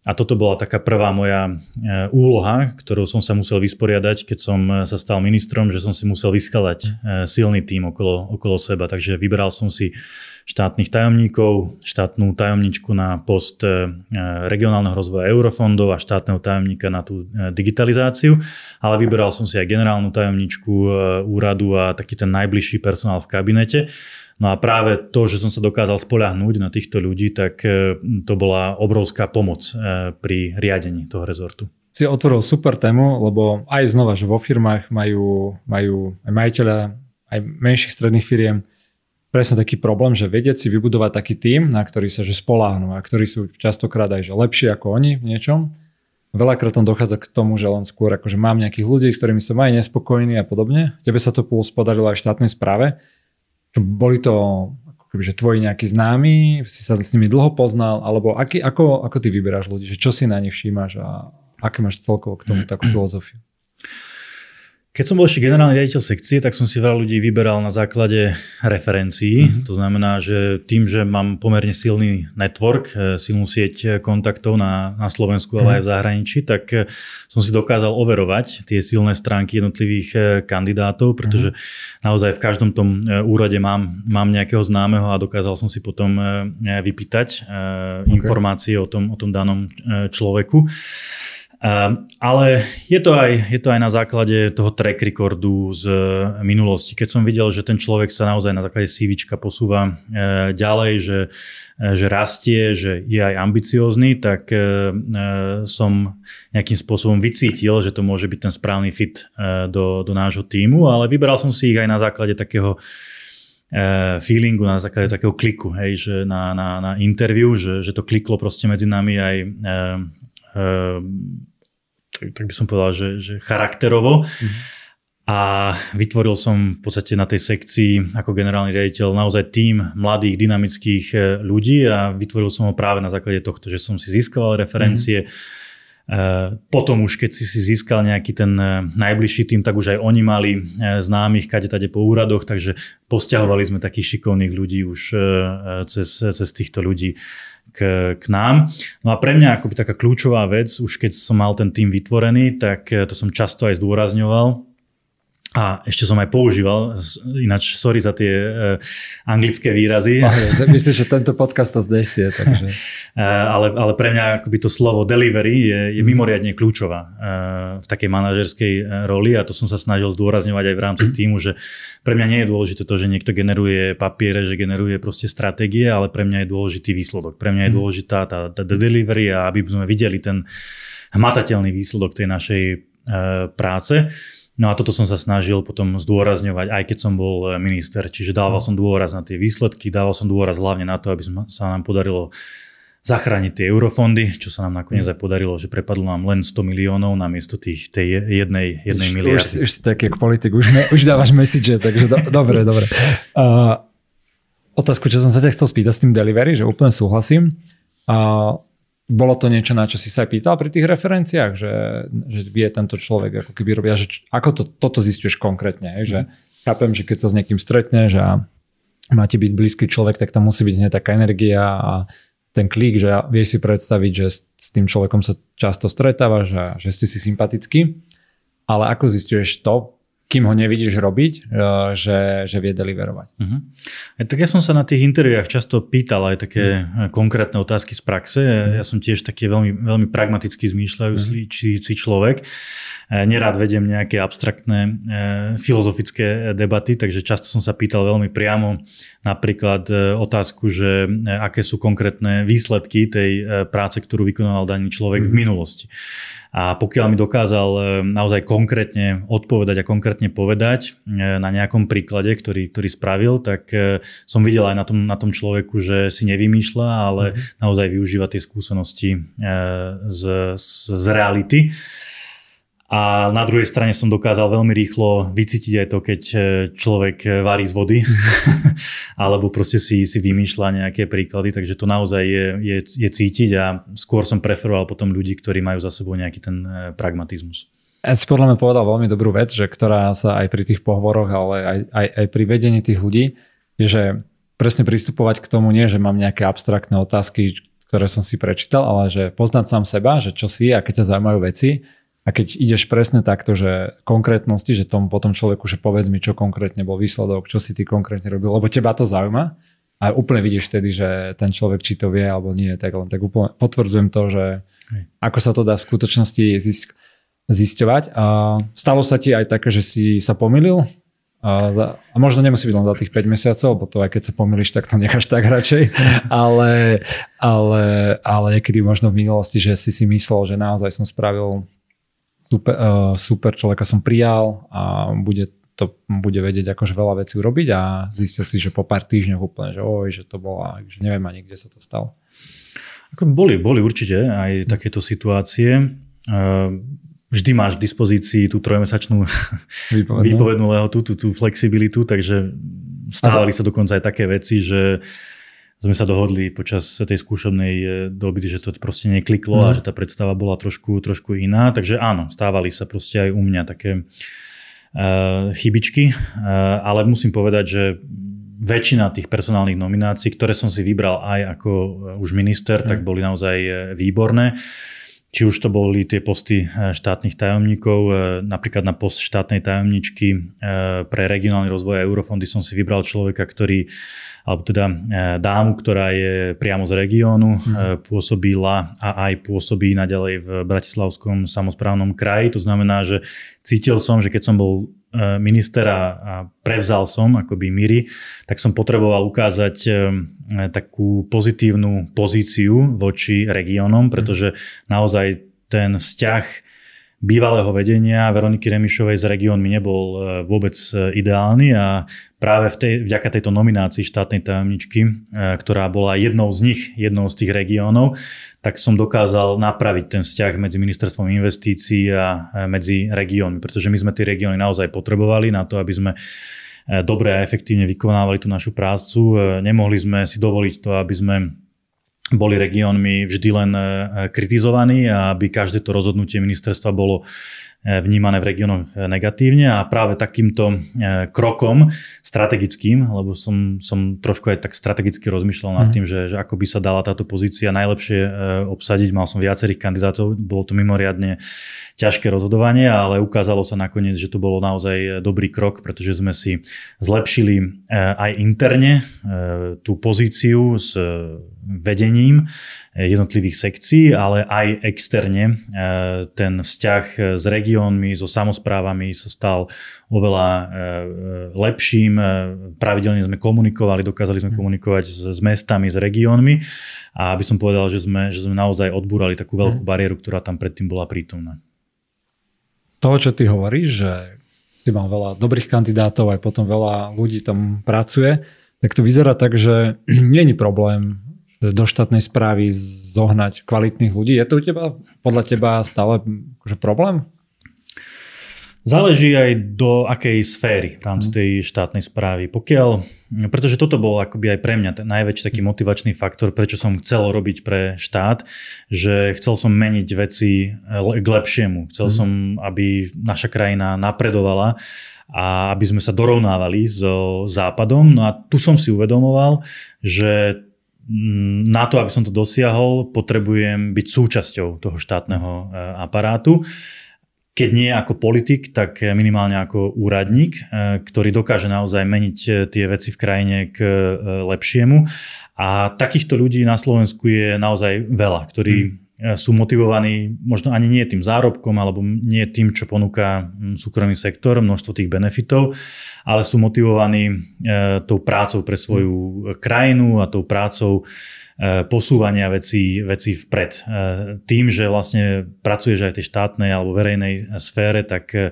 A toto bola taká prvá moja úloha, ktorou som sa musel vysporiadať, keď som sa stal ministrom, že som si musel vyskladať silný tím okolo seba. Takže vyberal som si štátnych tajomníkov, štátnu tajomničku na post regionálneho rozvoja eurofondov a štátneho tajomníka na tú digitalizáciu, ale vyberal som si aj generálnu tajomničku úradu a taký ten najbližší personál v kabinete. No a práve to, že som sa dokázal spoľahnúť na týchto ľudí, tak to bola obrovská pomoc pri riadení toho rezortu. Si otvoril super tému, lebo aj znova, že vo firmách majú aj majiteľa, aj menších stredných firiem presne taký problém, že vedieť si vybudovať taký tím, na ktorý sa že spoľahnú a ktorí sú častokrát aj že lepší ako oni v niečom. Veľakrát tam dochádza k tomu, že len skôr akože mám nejakých ľudí, s ktorými som aj nespokojný a podobne. Tebe sa to podarilo aj v štátnej správe. Boli to akože tvoji nejakí známi, si sa s nimi dlho poznal, alebo ako ty vyberáš ľudí, že čo si na nich všímaš a aké máš celkovo k tomu takú filozofiu? Keď som bol ešte generálny riaditeľ sekcie, tak som si veľa ľudí vyberal na základe referencií. To znamená, že tým, že mám pomerne silný network, silnú sieť kontaktov na Slovensku, ale aj v zahraničí, tak som si dokázal overovať tie silné stránky jednotlivých kandidátov, pretože naozaj v každom tom úrade mám nejakého známeho a dokázal som si potom vypýtať informácie o tom danom človeku. Ale je to aj na základe toho track recordu z minulosti. Keď som videl, že ten človek sa naozaj na základe CVčka posúva ďalej, že rastie, že je aj ambiciózny, tak som nejakým spôsobom vycítil, že to môže byť ten správny fit do nášho tímu, ale vyberal som si ich aj na základe takého feelingu, na základe takého kliku, hej, že na interview, že to kliklo proste medzi nami aj tak by som povedal, že charakterovo. A vytvoril som v podstate na tej sekcii ako generálny riaditeľ naozaj tím mladých, dynamických ľudí a vytvoril som ho práve na základe tohto, že som si získal referencie. Potom už keď si získal nejaký ten najbližší tým, tak už aj oni mali známych kade-tade po úradoch, takže posťahovali sme takých šikovných ľudí už cez týchto ľudí k nám. No a pre mňa akoby taká kľúčová vec, už keď som mal ten tým vytvorený, tak to som často aj zdôrazňoval a ešte som aj používal, ináč sorry za tie anglické výrazy. Myslím, že tento podcast to zdesie. Takže. Ale pre mňa akoby to slovo delivery je mimoriadne kľúčová v takej manažerskej roli a to som sa snažil zdôrazňovať aj v rámci týmu, že pre mňa nie je dôležité to, že niekto generuje papiere, že generuje proste stratégie, ale pre mňa je dôležitý výsledok. Pre mňa je dôležitá tá delivery a aby sme videli ten hmatateľný výsledok tej našej práce. No a toto som sa snažil potom zdôrazňovať, aj keď som bol minister. Čiže dával som dôraz na tie výsledky, dával som dôraz hlavne na to, aby sa nám podarilo zachrániť tie eurofondy, čo sa nám nakoniec aj podarilo, že prepadlo nám len 100 miliónov namiesto tej jednej miliardy. Už si taký ako politik, už dávaš message, takže dobre. Otázku, čo som sa ťa chcel spýtať s tým delivery, že úplne súhlasím. Bolo to niečo, na čo si sa aj pýtal pri tých referenciách, že vie tento človek ako keby robia, že ako toto zistíš konkrétne, že chápem, že keď sa s niekým stretneš a máte byť blízky človek, tak tam musí byť hneď taká energia a ten klik, že vieš si predstaviť, že s tým človekom sa často stretávaš a že ste si sympatickí, ale ako zistíš to, kým ho nevidíš robiť, že vie deliverovať. Tak ja som sa na tých interviách často pýtal aj také konkrétne otázky z praxe. Ja som tiež taký veľmi, veľmi pragmaticky zmýšľajúci človek. Nerád vediem nejaké abstraktné filozofické debaty, takže často som sa pýtal veľmi priamo napríklad otázku, že aké sú konkrétne výsledky tej práce, ktorú vykonával daný človek v minulosti. A pokiaľ mi dokázal naozaj konkrétne odpovedať a konkrétne povedať na nejakom príklade, ktorý spravil, tak som videl aj na tom človeku, že si nevymýšľa, ale naozaj využíva tie skúsenosti z reality. A na druhej strane som dokázal veľmi rýchlo vycítiť aj to, keď človek varí z vody alebo proste si vymýšľa nejaké príklady, takže to naozaj je cítiť a skôr som preferoval potom ľudí, ktorí majú za sebou nejaký ten pragmatizmus. Ja si podľa mňa povedal veľmi dobrú vec, že ktorá sa aj pri tých pohovoroch, ale aj pri vedení tých ľudí, je, že presne pristupovať k tomu nie, že mám nejaké abstraktné otázky, ktoré som si prečítal, ale že poznať sám seba, že čo si a keď ťa zaujímajú veci a keď ideš presne takto, že konkrétnosti, že tomu potom človeku, že povedz mi, čo konkrétne bol výsledok, čo si ty konkrétne robil, lebo teba to zaujíma a úplne vidíš vtedy, že ten človek či to vie alebo nie, tak len tak úplne potvrdzujem to, že ako sa to dá v skutočnosti zisťovať. A stalo sa ti aj také, že si sa pomýlil? A možno nemusí byť len za tých 5 mesiacov, lebo to aj keď sa pomýliš, tak to necháš tak radšej. Ale niekedy možno v minulosti, že si myslel, že naozaj som spravil super, človeka som prijal a bude vedieť akože veľa vecí urobiť a zistil si, že po pár týždňoch úplne, že to bola, že neviem ani, kde sa to stalo. Ako boli určite aj takéto situácie. Vždy máš k dispozícii tú 3-mesačnú výpovednú lehotu, tú flexibilitu, takže stávali sa dokonca aj také veci, že sme sa dohodli počas tej skúšobnej doby, že to proste nekliklo a že tá predstava bola trošku iná. Takže áno, stávali sa proste aj u mňa také chybičky, ale musím povedať, že väčšina tých personálnych nominácií, ktoré som si vybral aj ako už minister, tak boli naozaj výborné. Či už to boli tie posty štátnych tajomníkov, napríklad na post štátnej tajomničky pre regionálny rozvoj a eurofondy som si vybral človeka, alebo teda dámu, ktorá je priamo z regiónu, pôsobila a aj pôsobí naďalej v Bratislavskom samosprávnom kraji. To znamená, že cítil som, že keď som bol minister a prevzal som akoby MIRI, tak som potreboval ukázať takú pozitívnu pozíciu voči regiónom, pretože naozaj ten vzťah bývalého vedenia Veroniky Remišovej s regiónmi nebol vôbec ideálny a práve vďaka tejto nominácii štátnej tajomničky, ktorá bola jednou z tých regiónov, tak som dokázal napraviť ten vzťah medzi ministerstvom investícií a medzi regiónmi, pretože my sme tie regióny naozaj potrebovali na to, aby sme dobre a efektívne vykonávali tú našu prácu. Nemohli sme si dovoliť to, aby sme boli regiónmi vždy len kritizovaní a aby každé to rozhodnutie ministerstva bolo vnímané v regiónoch negatívne a práve takýmto krokom strategickým, lebo som trošku aj tak strategicky rozmýšľal nad tým, že ako by sa dala táto pozícia najlepšie obsadiť. Mal som viacerých kandidátov, bolo to mimoriadne ťažké rozhodovanie, ale ukázalo sa nakoniec, že to bolo naozaj dobrý krok, pretože sme si zlepšili aj interne tú pozíciu s vedením jednotlivých sekcií, ale aj externe ten vzťah s regiónmi, so samosprávami sa stal oveľa lepším. Pravidelne sme komunikovali, dokázali sme komunikovať s mestami, s regiónmi a aby som povedal, že sme naozaj odbúrali takú veľkú bariéru, ktorá tam predtým bola prítomná. Toho, čo ty hovoríš, že si mal veľa dobrých kandidátov, aj potom veľa ľudí tam pracuje, tak to vyzerá tak, že nie je problém do štátnej správy zohnať kvalitných ľudí. Je to u teba, podľa teba stále akože problém? Záleží aj do akej sféry v rámci tej štátnej správy. Pretože toto bol akoby aj pre mňa ten najväčší taký motivačný faktor, prečo som chcel robiť pre štát, že chcel som meniť veci k lepšiemu. Chcel som, aby naša krajina napredovala a aby sme sa dorovnávali so Západom. No a tu som si uvedomoval, že na to, aby som to dosiahol, potrebujem byť súčasťou toho štátneho aparátu. Keď nie ako politik, tak minimálne ako úradník, ktorý dokáže naozaj meniť tie veci v krajine k lepšiemu. A takýchto ľudí na Slovensku je naozaj veľa, ktorí sú motivovaní možno ani nie tým zárobkom alebo nie tým, čo ponúka súkromný sektor, množstvo tých benefitov, ale sú motivovaní tou prácou pre svoju krajinu a tou prácou posúvania vecí vpred. Tým, že vlastne pracuješ aj v tej štátnej alebo verejnej sfére, tak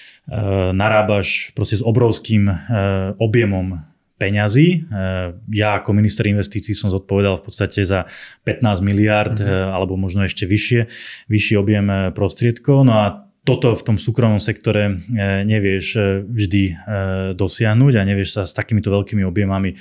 narábaš proste s obrovským objemom peňazí. Ja ako minister investícií som zodpovedal v podstate za 15 miliárd alebo možno ešte vyšší objem prostriedkov. No a toto v tom súkromnom sektore nevieš vždy dosiahnuť a nevieš sa s takýmito veľkými objemami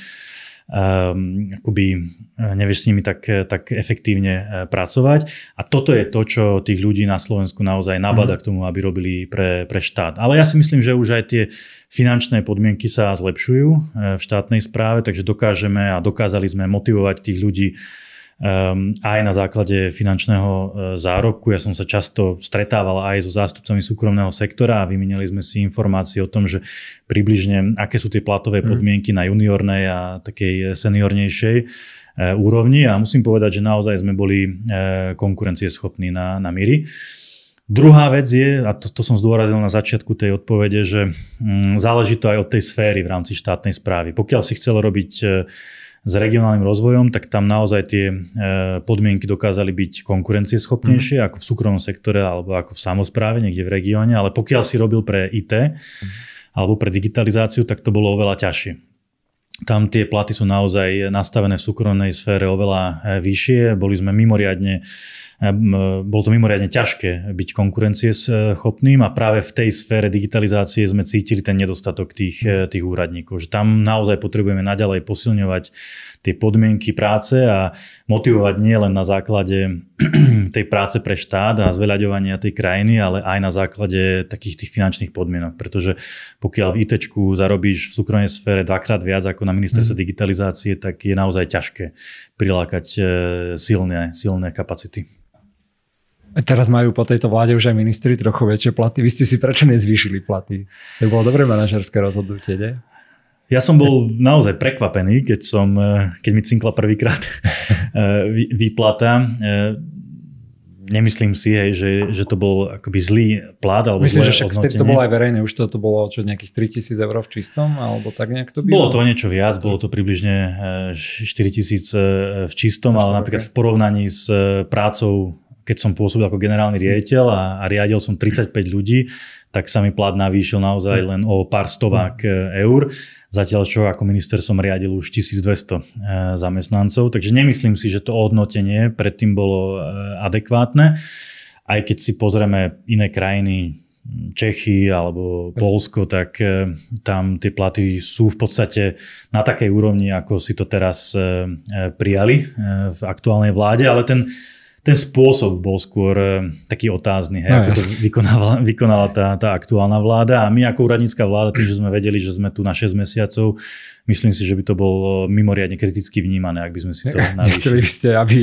nevieš s nimi tak efektívne pracovať. A toto je to, čo tých ľudí na Slovensku naozaj nabáda k tomu, aby robili pre štát. Ale ja si myslím, že už aj tie finančné podmienky sa zlepšujú v štátnej správe, takže dokázali sme motivovať tých ľudí aj na základe finančného zárobku. Ja som sa často stretával aj so zástupcami súkromného sektora a vymenili sme si informácie o tom, že približne aké sú tie platové podmienky na juniornej a takej seniornejšej úrovni a musím povedať, že naozaj sme boli konkurencieschopní na MIRI. Druhá vec je, a to som zdôraznil na začiatku tej odpovede, že záleží to aj od tej sféry v rámci štátnej správy. Pokiaľ si chcel robiť s regionálnym rozvojom, tak tam naozaj tie podmienky dokázali byť konkurencieschopnejšie ako v súkromnom sektore alebo ako v samospráve niekde v regióne, ale pokiaľ si robil pre IT alebo pre digitalizáciu, tak to bolo oveľa ťažšie. Tam tie platy sú naozaj nastavené v súkromnej sfére oveľa vyššie, bolo to mimoriadne ťažké byť konkurencieschopným a práve v tej sfére digitalizácie sme cítili ten nedostatok tých úradníkov. Že tam naozaj potrebujeme naďalej posilňovať tie podmienky práce a motivovať nie len na základe tej práce pre štát a zveľaďovania tej krajiny, ale aj na základe takých tých finančných podmienok. Pretože pokiaľ v ITčku zarobíš v súkromnej sfére dvakrát viac ako na ministerstve digitalizácie, tak je naozaj ťažké prilákať silné kapacity. Teraz majú po tejto vláde už aj ministri trochu väčšie platy. Vy ste si prečo nezvýšili platy? To bolo dobré manažerské rozhodnutie, nie? Ja som bol naozaj prekvapený, keď mi cinkla prvýkrát výplata. Nemyslím si, že to bol akoby zlý plat alebo myslím, zlé hodnotenie. Myslím, že však to bolo aj verejné. Už to bolo nejakých 3 000 eur v čistom? Alebo tak nejak to bylo? Bolo to niečo viac. Bolo to približne 4 000 v čistom, ale napríklad v porovnaní s prácou, keď som pôsobil ako generálny riaditeľ a riadil som 35 ľudí, tak sa mi plat navýšil naozaj len o pár stovák eur. Zatiaľ čo ako minister som riadil už 1200 zamestnancov. Takže nemyslím si, že to hodnotenie predtým bolo adekvátne. Aj keď si pozrieme iné krajiny, Čechy alebo Poľsko, tak tam tie platy sú v podstate na takej úrovni, ako si to teraz prijali v aktuálnej vláde, ale ten spôsob bol skôr taký otázny, ako to vykonala tá aktuálna vláda. A my ako úradnícka vláda, tým, že sme vedeli, že sme tu na 6 mesiacov, myslím si, že by to bolo mimoriadne kriticky vnímané, ak by sme si to navýšili. Nechceli by ste, aby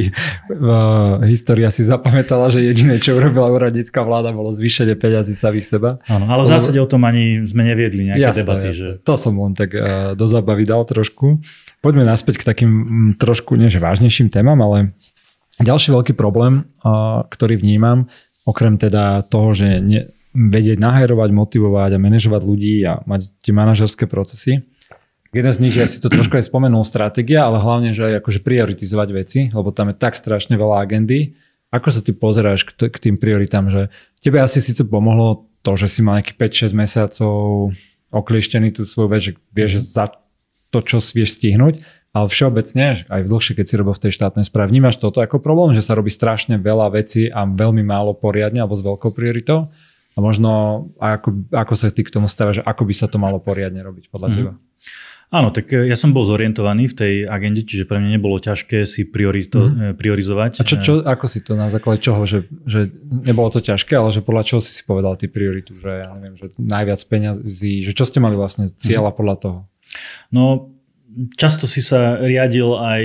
história si zapamätala, že jediné, čo urobila úradnícka vláda, bolo zvýšenie peňazí samých seba. Áno, ale v zásade o tom ani sme neviedli nejaké debaty. Jasné. Že... To som len tak do zábavy dal trošku. Poďme naspäť k takým trošku, nie že vážnejším témam, ale ďalší veľký problém, ktorý vnímam, okrem teda toho, že vedieť nahajrovať, motivovať a manažovať ľudí a mať tie manažerské procesy. Jeden z nich, ja si to trošku aj spomenul, stratégia, ale hlavne, že aj akože prioritizovať veci, lebo tam je tak strašne veľa agendy. Ako sa ty pozeráš k tým prioritám, že tebe asi síce pomohlo to, že si mal nejaký 5-6 mesiacov oklieštený tú svoju vec, že vieš za to, čo vieš stihnúť, ale všeobecne, aj v dlhšie, keď si robil v tej štátnej správe, vnímaš toto ako problém, že sa robí strašne veľa vecí a veľmi málo poriadne alebo s veľkou prioritou? A možno ako sa ty k tomu staviaš, že ako by sa to malo poriadne robiť podľa teba? Áno, tak ja som bol zorientovaný v tej agende, čiže pre mňa nebolo ťažké si priorizovať. A ako si to na základe čoho, že nebolo to ťažké, ale že podľa čoho si povedal ty prioritu, že ja neviem, že najviac peňazí, že čo ste mali vlastne cieľa podľa toho? No, často si sa riadil aj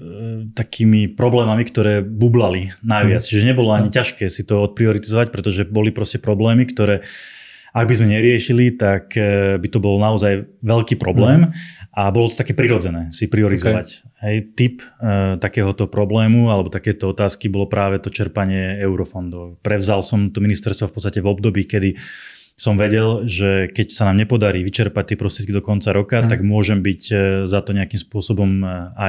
takými problémami, ktoré bublali najviac. Čiže nebolo ani ťažké si to odprioritizovať, pretože boli proste problémy, ktoré ak by sme neriešili, tak by to bol naozaj veľký problém a bolo to také prirodzené si priorizovať. Okay. Hej, typ takéhoto problému alebo takéto otázky bolo práve to čerpanie eurofondov. Prevzal som to ministerstvo v podstate v období, kedy som vedel, že keď sa nám nepodarí vyčerpať tie prostriedky do konca roka, tak môžem byť za to nejakým spôsobom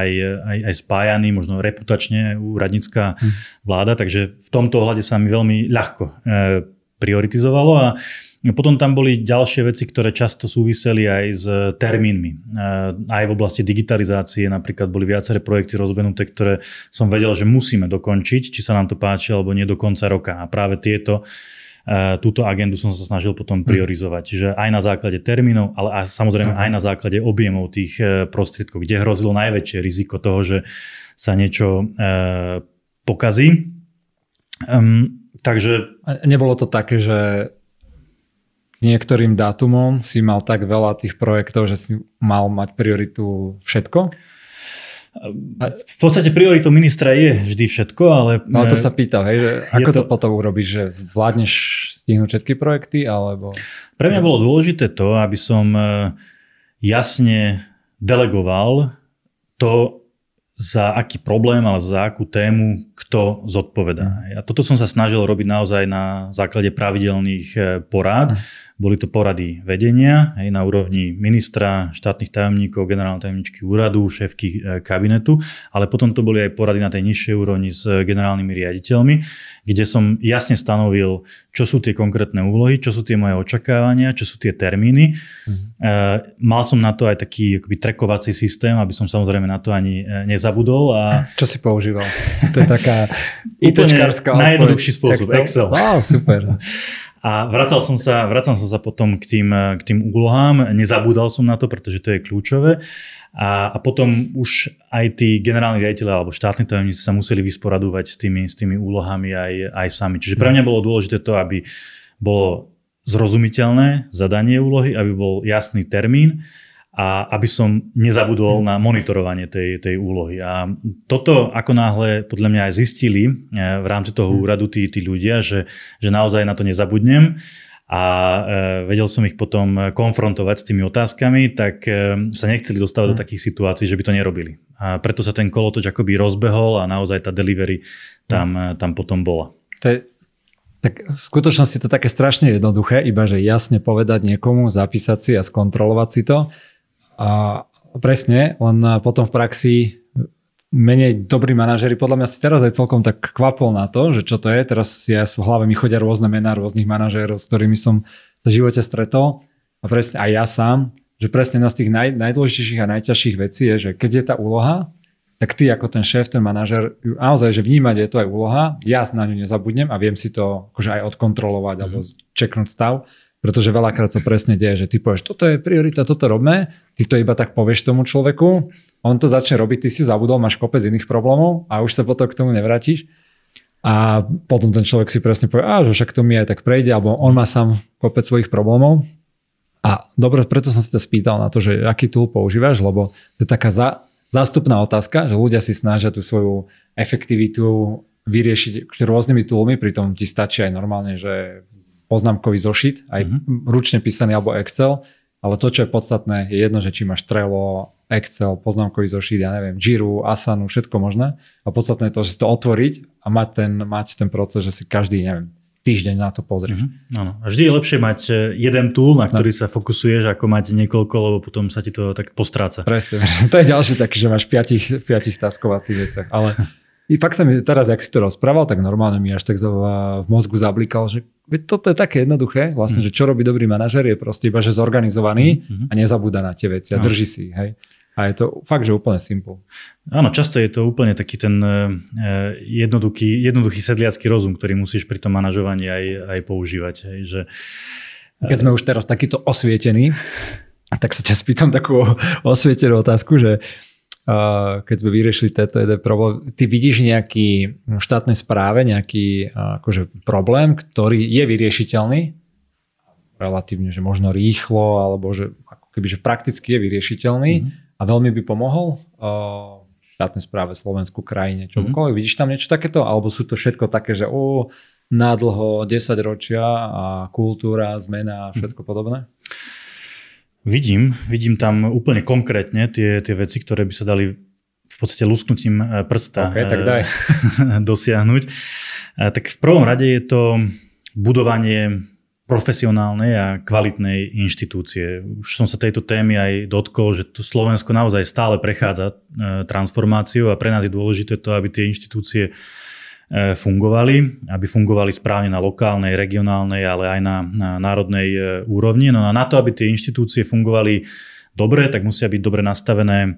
aj spájaný, možno reputačne úradnícka vláda, takže v tomto ohľade sa mi veľmi ľahko prioritizovalo a potom tam boli ďalšie veci, ktoré často súviseli aj s termínmi. Aj v oblasti digitalizácie napríklad boli viaceré projekty rozbenuté, ktoré som vedel, že musíme dokončiť, či sa nám to páči alebo nie do konca roka. A práve túto agendu som sa snažil potom priorizovať. Čiže aj na základe termínov, ale samozrejme aj na základe objemov tých prostriedkov, kde hrozilo najväčšie riziko toho, že sa niečo pokazí. Takže... Nebolo to také, že niektorým dátumom si mal tak veľa tých projektov, že si mal mať prioritu všetko? V podstate prioritou ministra je vždy všetko, ale... No to sa pýtam, hej, že ako to potom urobíš, že zvládneš stihnúť všetky projekty, alebo... Pre mňa bolo dôležité to, aby som jasne delegoval to, za aký problém, ale za akú tému, kto zodpovedá. A toto som sa snažil robiť naozaj na základe pravidelných porád. Boli to porady vedenia na úrovni ministra, štátnych tajomníkov, generálnej tajomničky úradu, šéfky kabinetu, ale potom to boli aj porady na tej nižšej úrovni s generálnymi riaditeľmi, kde som jasne stanovil, čo sú tie konkrétne úlohy, čo sú tie moje očakávania, čo sú tie termíny. Mal som na to aj taký akoby trackovací systém, aby som samozrejme na to ani nezabudol. A čo si používal? To je taká ITčkárska najjednoduchší spôsob. Excel. Wow, super. A vracal som sa potom k tým úlohám, nezabúdal som na to, pretože to je kľúčové. A potom už aj tí generálni riaditeľe alebo štátni tajomníci sa museli vysporadovať s tými úlohami aj sami. Čiže pre mňa bolo dôležité to, aby bolo zrozumiteľné zadanie úlohy, aby bol jasný termín a aby som nezabudol na monitorovanie tej úlohy. A toto ako náhle podľa mňa aj zistili v rámci toho úradu tí ľudia, že naozaj na to nezabudnem a vedel som ich potom konfrontovať s tými otázkami, tak sa nechceli dostávať do takých situácií, že by to nerobili. A preto sa ten kolotoč akoby rozbehol a naozaj tá delivery tam potom bola. Tak v skutočnosti to je také strašne jednoduché, iba že jasne povedať niekomu, zapísať si a skontrolovať si to. A presne, len potom v praxi menej dobrí manažeri, podľa mňa si teraz aj celkom tak kvapol na to, že čo to je. Teraz v hlave mi chodia rôzne mená rôznych manažérov, s ktorými som sa v živote stretol. A presne aj ja sám, že presne jedna z tých najdôležitejších a najťažších vecí je, že keď je tá úloha, tak ty ako ten šéf, ten manažer, naozaj, že vnímať je to aj úloha, ja na ňu nezabudnem a viem si to akože aj odkontrolovať alebo čeknúť stav. Pretože veľakrát sa presne deje, že ty povieš, toto je priorita, toto robme, ty to iba tak povieš tomu človeku, on to začne robiť, ty si zabudol, máš kopec iných problémov a už sa potom k tomu nevrátiš. A potom ten človek si presne povie, že však to mi aj tak prejde, alebo on má sám kopec svojich problémov. A dobre, preto som si to spýtal na to, že aký tool používaš, lebo to je taká zástupná otázka, že ľudia si snažia tú svoju efektivitu vyriešiť rôznymi toolmi, pritom ti stačí aj normálne, že poznámkový zošit, aj ručne písaný alebo Excel, ale to, čo je podstatné, je jedno, že či máš Trello, Excel, poznámkový zošit, ja neviem, Jiru, Asanu, všetko možné. A podstatné je to, že si to otvoriť a mať ten proces, že si každý, neviem, týždeň na to pozrieš. Áno. A vždy je lepšie mať jeden tool, na ktorý sa fokusuješ, ako mať niekoľko, lebo potom sa ti to tak postráca. Presne. To je ďalší taký, že máš v 5 taskovacích veciach, ale fakt sa mi teraz, jak si to rozprával, tak normálne mi až tak v mozgu zablikal, že toto je také jednoduché, vlastne, že čo robí dobrý manažer je proste iba, že zorganizovaný a nezabúda na tie veci a drží si, hej. A je to fakt, že úplne simple. Áno, často je to úplne taký ten jednoduchý sedliacky rozum, ktorý musíš pri tom manažovaní aj používať. Hej, že... Keď sme už teraz takýto osvietení, tak sa ťa spýtam takú osvietenú otázku, že keď sme vyriešili tento jeden problém, ty vidíš nejaký v štátnej správe nejaký akože problém, ktorý je vyriešiteľný relatívne, že možno rýchlo, alebo že ako keby, že prakticky je vyriešiteľný a veľmi by pomohol štátnej správe Slovensku, krajine, čokoľvek. Vidíš tam niečo takéto? Alebo sú to všetko také, že nádlho 10 ročia a kultúra, zmena a všetko podobné? Vidím tam úplne konkrétne tie veci, ktoré by sa dali v podstate lusknutím prsta dosiahnuť. Tak v prvom rade je to budovanie profesionálnej a kvalitnej inštitúcie. Už som sa tejto témy aj dotkol, že to Slovensko naozaj stále prechádza transformáciou a pre nás je dôležité to, aby tie inštitúcie fungovali, aby fungovali správne na lokálnej, regionálnej, ale aj na národnej úrovni. No a na to, aby tie inštitúcie fungovali dobre, tak musia byť dobre nastavené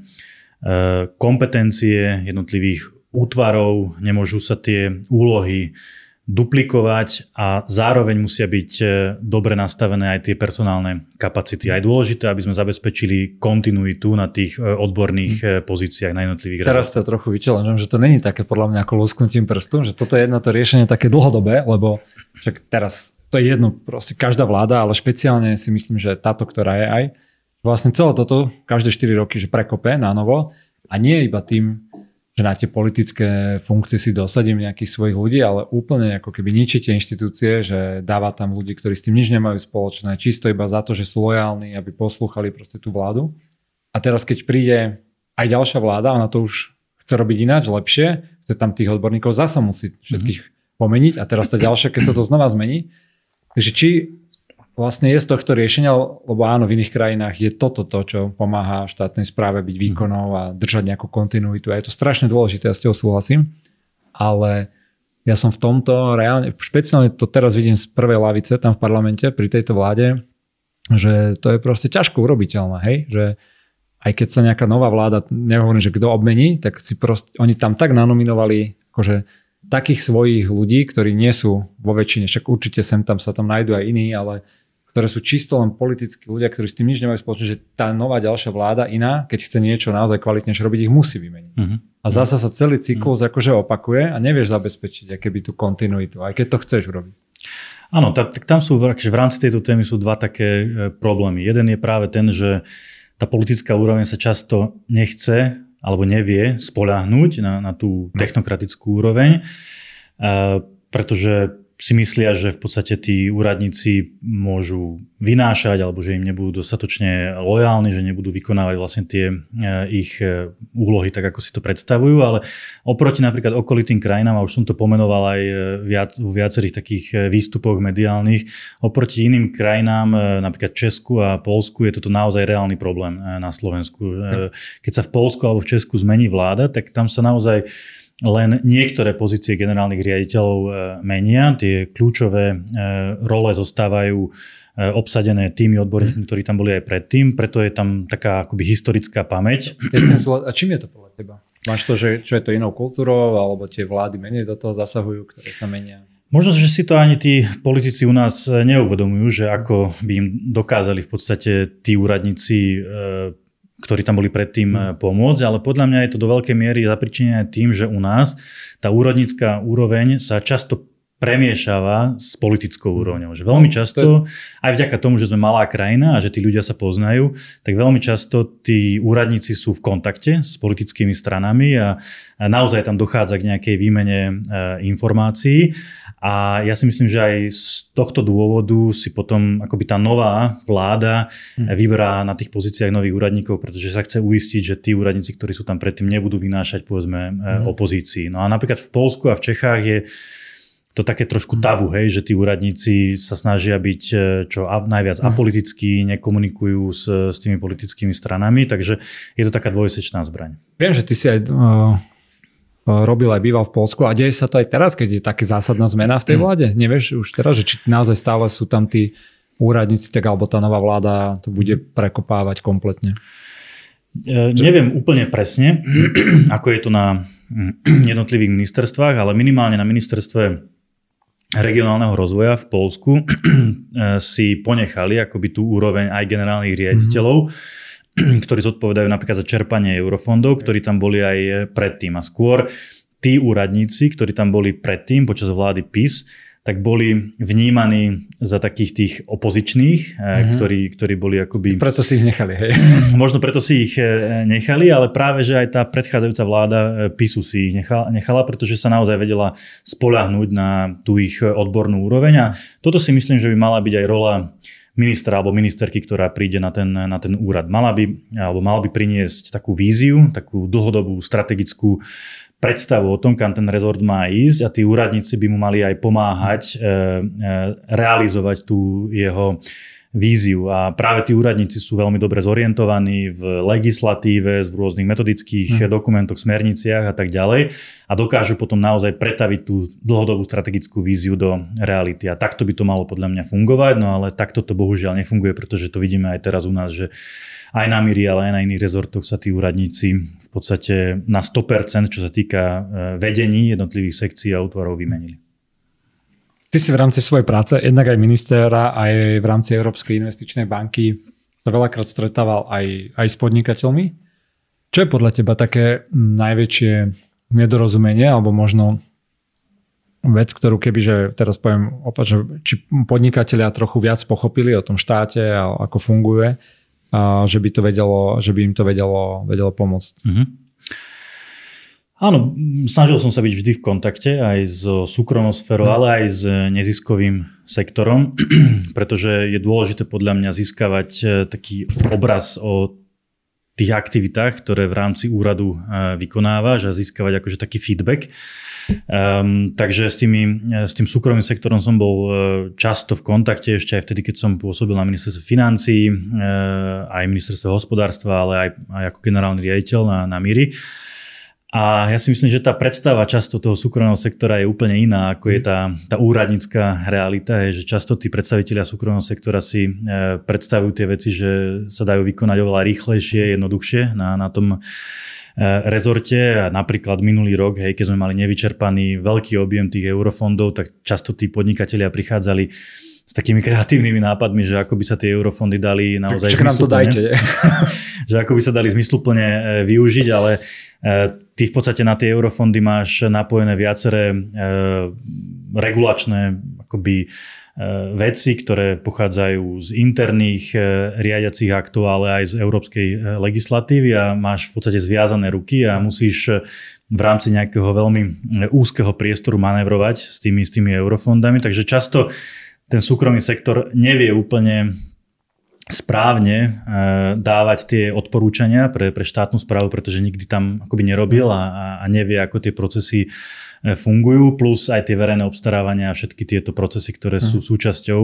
kompetencie jednotlivých útvarov, nemôžu sa tie úlohy duplikovať a zároveň musia byť dobre nastavené aj tie personálne kapacity. A je dôležité, aby sme zabezpečili kontinuitu na tých odborných pozíciách na jednotlivých rezortoch. Teraz to trochu vyčelenžujem, že to není také podľa mňa ako lusknutím prstu, že toto je jedno to riešenie také dlhodobé, lebo však teraz to je jedno, proste každá vláda, ale špeciálne si myslím, že táto, ktorá je aj, vlastne celé toto každé 4 roky, že prekope na novo, A nie iba tým, že na tie politické funkcie si dosadím nejakých svojich ľudí, ale úplne ako keby ničíte inštitúcie, že dáva tam ľudí, ktorí s tým nič nemajú spoločné, čisto iba za to, že sú lojálni, aby poslúchali proste tú vládu. A teraz keď príde aj ďalšia vláda, ona to už chce robiť ináč, lepšie, chce tam tých odborníkov zasa musí všetkých pomeniť a teraz to ďalšie, keď sa to znova zmení. Takže či vlastne je z tohto riešenia, lebo áno, v iných krajinách je toto to, čo pomáha štátnej správe byť výkonnou a držať nejakú kontinuitu. A je to strašne dôležité, ja s tebou súhlasím. Ale ja som v tomto reálne, špeciálne to teraz vidím z prvej lavice tam v parlamente pri tejto vláde, že to je proste ťažko urobiteľné, hej? Že aj keď sa nejaká nová vláda, nehovorím, že kto obmení, tak si proste, oni tam tak nanominovali akože takých svojich ľudí, ktorí nie sú vo väčšine, však určite sem tam sa tam nájdú aj iní, ale ktoré sú čisto len politickí ľudia, ktorí s tým nič nemajú spoločné, že tá nová ďalšia vláda iná, keď chce niečo naozaj kvalitnejšie robiť, ich musí vymeniť. A zasa sa celý cyklus akože opakuje a nevieš zabezpečiť akéby tú kontinuitu, aj keď to chceš urobiť. Áno, tak tam sú, v rámci tejto témy sú dva také problémy. Jeden je práve ten, že tá politická úroveň sa často nechce alebo nevie spoľahnúť na tú technokratickú úroveň, pretože si myslia, že v podstate tí úradníci môžu vynášať alebo že im nebudú dostatočne lojálni, že nebudú vykonávať vlastne tie ich úlohy tak, ako si to predstavujú, ale oproti napríklad okolitým krajinám, a už som to pomenoval aj v viacerých takých výstupoch mediálnych, oproti iným krajinám, napríklad Česku a Poľsku, je toto naozaj reálny problém na Slovensku. Keď sa v Poľsku alebo v Česku zmení vláda, tak tam sa naozaj len niektoré pozície generálnych riaditeľov menia. Tie kľúčové role zostávajú obsadené tými odborníkmi, ktorí tam boli aj predtým. Preto je tam taká akoby historická pamäť. A čím je to podľa teba? Máš to, že čo je to inou kultúrou, alebo tie vlády menej do toho zasahujú, ktoré sa menia? Možno, že si to ani tí politici u nás neuvedomujú, že ako by im dokázali v podstate tí úradníci ktorí tam boli predtým pomôcť, ale podľa mňa je to do veľkej miery zapričinené tým, že u nás tá úradnícka úroveň sa často premiešava s politickou úrovňou. Že veľmi často, aj vďaka tomu, že sme malá krajina a že tí ľudia sa poznajú, tak veľmi často tí úradníci sú v kontakte s politickými stranami a naozaj tam dochádza k nejakej výmene informácií. A ja si myslím, že aj z tohto dôvodu si potom akoby tá nová vláda vyberá na tých pozíciách nových úradníkov, pretože sa chce uistiť, že tí úradníci, ktorí sú tam predtým, nebudú vynášať povedzme opozícii. No a napríklad v Poľsku a v Čechách je to také trošku tabu, hej, že tí úradníci sa snažia byť čo najviac apolitickí, nekomunikujú s tými politickými stranami, takže je to taká dvojsečná zbraň. Viem, že ty si aj robil aj býval v Poľsku a deje sa to aj teraz, keď je taká zásadná zmena v tej vláde? Nevieš už teraz, že či naozaj stále sú tam tí úradníci, tak alebo tá nová vláda to bude prekopávať kompletne? Neviem úplne presne, ako je to na jednotlivých ministerstvách, ale minimálne na ministerstve regionálneho rozvoja v Poľsku si ponechali akoby tú úroveň aj generálnych riaditeľov, ktorí zodpovedajú napríklad za čerpanie eurofondov, ktorí tam boli aj predtým. A skôr tí úradníci, ktorí tam boli predtým počas vlády PiS, tak boli vnímaní za takých tých opozičných, ktorí boli akoby... Preto si ich nechali, hej? Možno preto si ich nechali, ale práve, že aj tá predchádzajúca vláda PiSu si ich nechala, pretože sa naozaj vedela spoľahnúť na tú ich odbornú úroveň. A toto si myslím, že by mala byť aj rola ministra alebo ministerky, ktorá príde na ten úrad. Mala by priniesť takú víziu, takú dlhodobú strategickú predstavu o tom, kam ten rezort má ísť a tí úradníci by mu mali aj pomáhať realizovať tú jeho víziu. A práve tí úradníci sú veľmi dobre zorientovaní v legislatíve, v rôznych metodických dokumentoch, smerniciach a tak ďalej a dokážu potom naozaj pretaviť tú dlhodobú strategickú víziu do reality. A takto by to malo podľa mňa fungovať, no ale takto to bohužiaľ nefunguje, pretože to vidíme aj teraz u nás, že aj na MIRI, ale aj na iných rezortoch sa tí úradníci v podstate na 100%, čo sa týka vedení jednotlivých sekcií a útvarov, vymenili. Ty si v rámci svojej práce, jednak aj ministéra, aj v rámci Európskej investičnej banky sa veľakrát stretával aj s podnikateľmi. Čo je podľa teba také najväčšie nedorozumenie, alebo možno vec, ktorú kebyže teraz poviem opäť, že či podnikatelia trochu viac pochopili o tom štáte a ako funguje, a že by im to vedelo pomôcť? Áno, snažil som sa byť vždy v kontakte aj so súkromnou sférou, ale aj s neziskovým sektorom, pretože je dôležité podľa mňa získavať taký obraz o tých aktivitách, ktoré v rámci úradu vykonávaš a získavať akože taký feedback. Takže s tým súkromným sektorom som bol často v kontakte, ešte aj vtedy, keď som pôsobil na ministerstve financií, aj ministerstve hospodárstva, ale aj ako generálny riaditeľ na MIRI. A ja si myslím, že tá predstava často toho súkromného sektora je úplne iná, ako je tá úradnícka realita, že často tí predstavitelia súkromného sektora si predstavujú tie veci, že sa dajú vykonať oveľa rýchlejšie, jednoduchšie na tom rezorte. A napríklad minulý rok, keď sme mali nevyčerpaný veľký objem tých eurofondov, tak často tí podnikatelia prichádzali s takými kreatívnymi nápadmi, že ako by sa tie eurofondy dali naozaj zmysluplne. Že ako by sa dali zmysluplne využiť, ale ty v podstate na tie eurofondy máš napojené viaceré regulačné akoby veci, ktoré pochádzajú z interných riadiacich aktov, ale aj z európskej legislatívy a máš v podstate zviazané ruky a musíš v rámci nejakého veľmi úzkeho priestoru manévrovať s tými eurofondami. Takže často ten súkromný sektor nevie úplne správne dávať tie odporúčania pre štátnu správu, pretože nikdy tam akoby nerobil a nevie, ako tie procesy fungujú, plus aj tie verejné obstarávania a všetky tieto procesy, ktoré sú súčasťou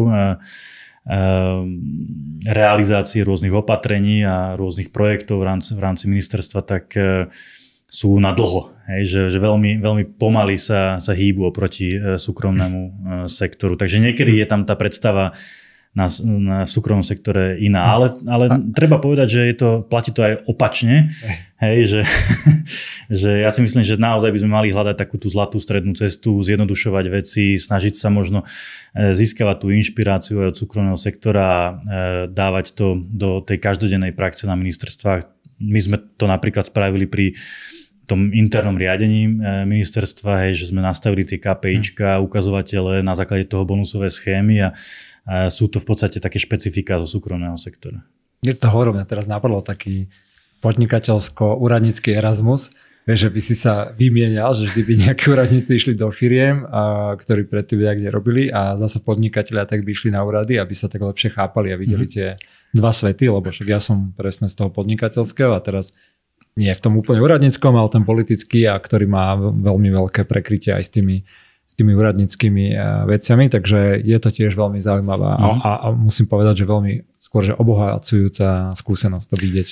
realizácie rôznych opatrení a rôznych projektov v rámci ministerstva, tak sú na dlho. Že veľmi, veľmi pomaly sa hýbu oproti súkromnému sektoru. Takže niekedy je tam tá predstava na súkromnom sektore iná. Ale treba povedať, že platí to aj opačne. Že ja si myslím, že naozaj by sme mali hľadať takú tú zlatú strednú cestu, zjednodušovať veci, snažiť sa možno získavať tú inšpiráciu aj od súkromného sektora a dávať to do tej každodennej praxe na ministerstvách. My sme to napríklad spravili pri tom internom riadení ministerstva, že sme nastavili tie KPIčka, ukazovatele na základe toho bonusové schémy a sú to v podstate také špecifika zo súkromného sektora. Je to hovorím, mňa teraz napadlo taký podnikateľsko-úradnícky Erasmus, vieš, že by si sa vymienial, že vždy by nejakí úradníci išli do firiem, ktorí predtým nejak nerobili a zase podnikatelia tak by išli na úrady, aby sa tak lepšie chápali a videli tie dva svety, lebo však ja som presne z toho podnikateľského a teraz nie v tom úplne úradníckom, ale ten politický, a ktorý má veľmi veľké prekrytie aj s tými úradníckymi veciami, takže je to tiež veľmi zaujímavá a musím povedať, že veľmi skôr, že obohacujúca skúsenosť to vidieť.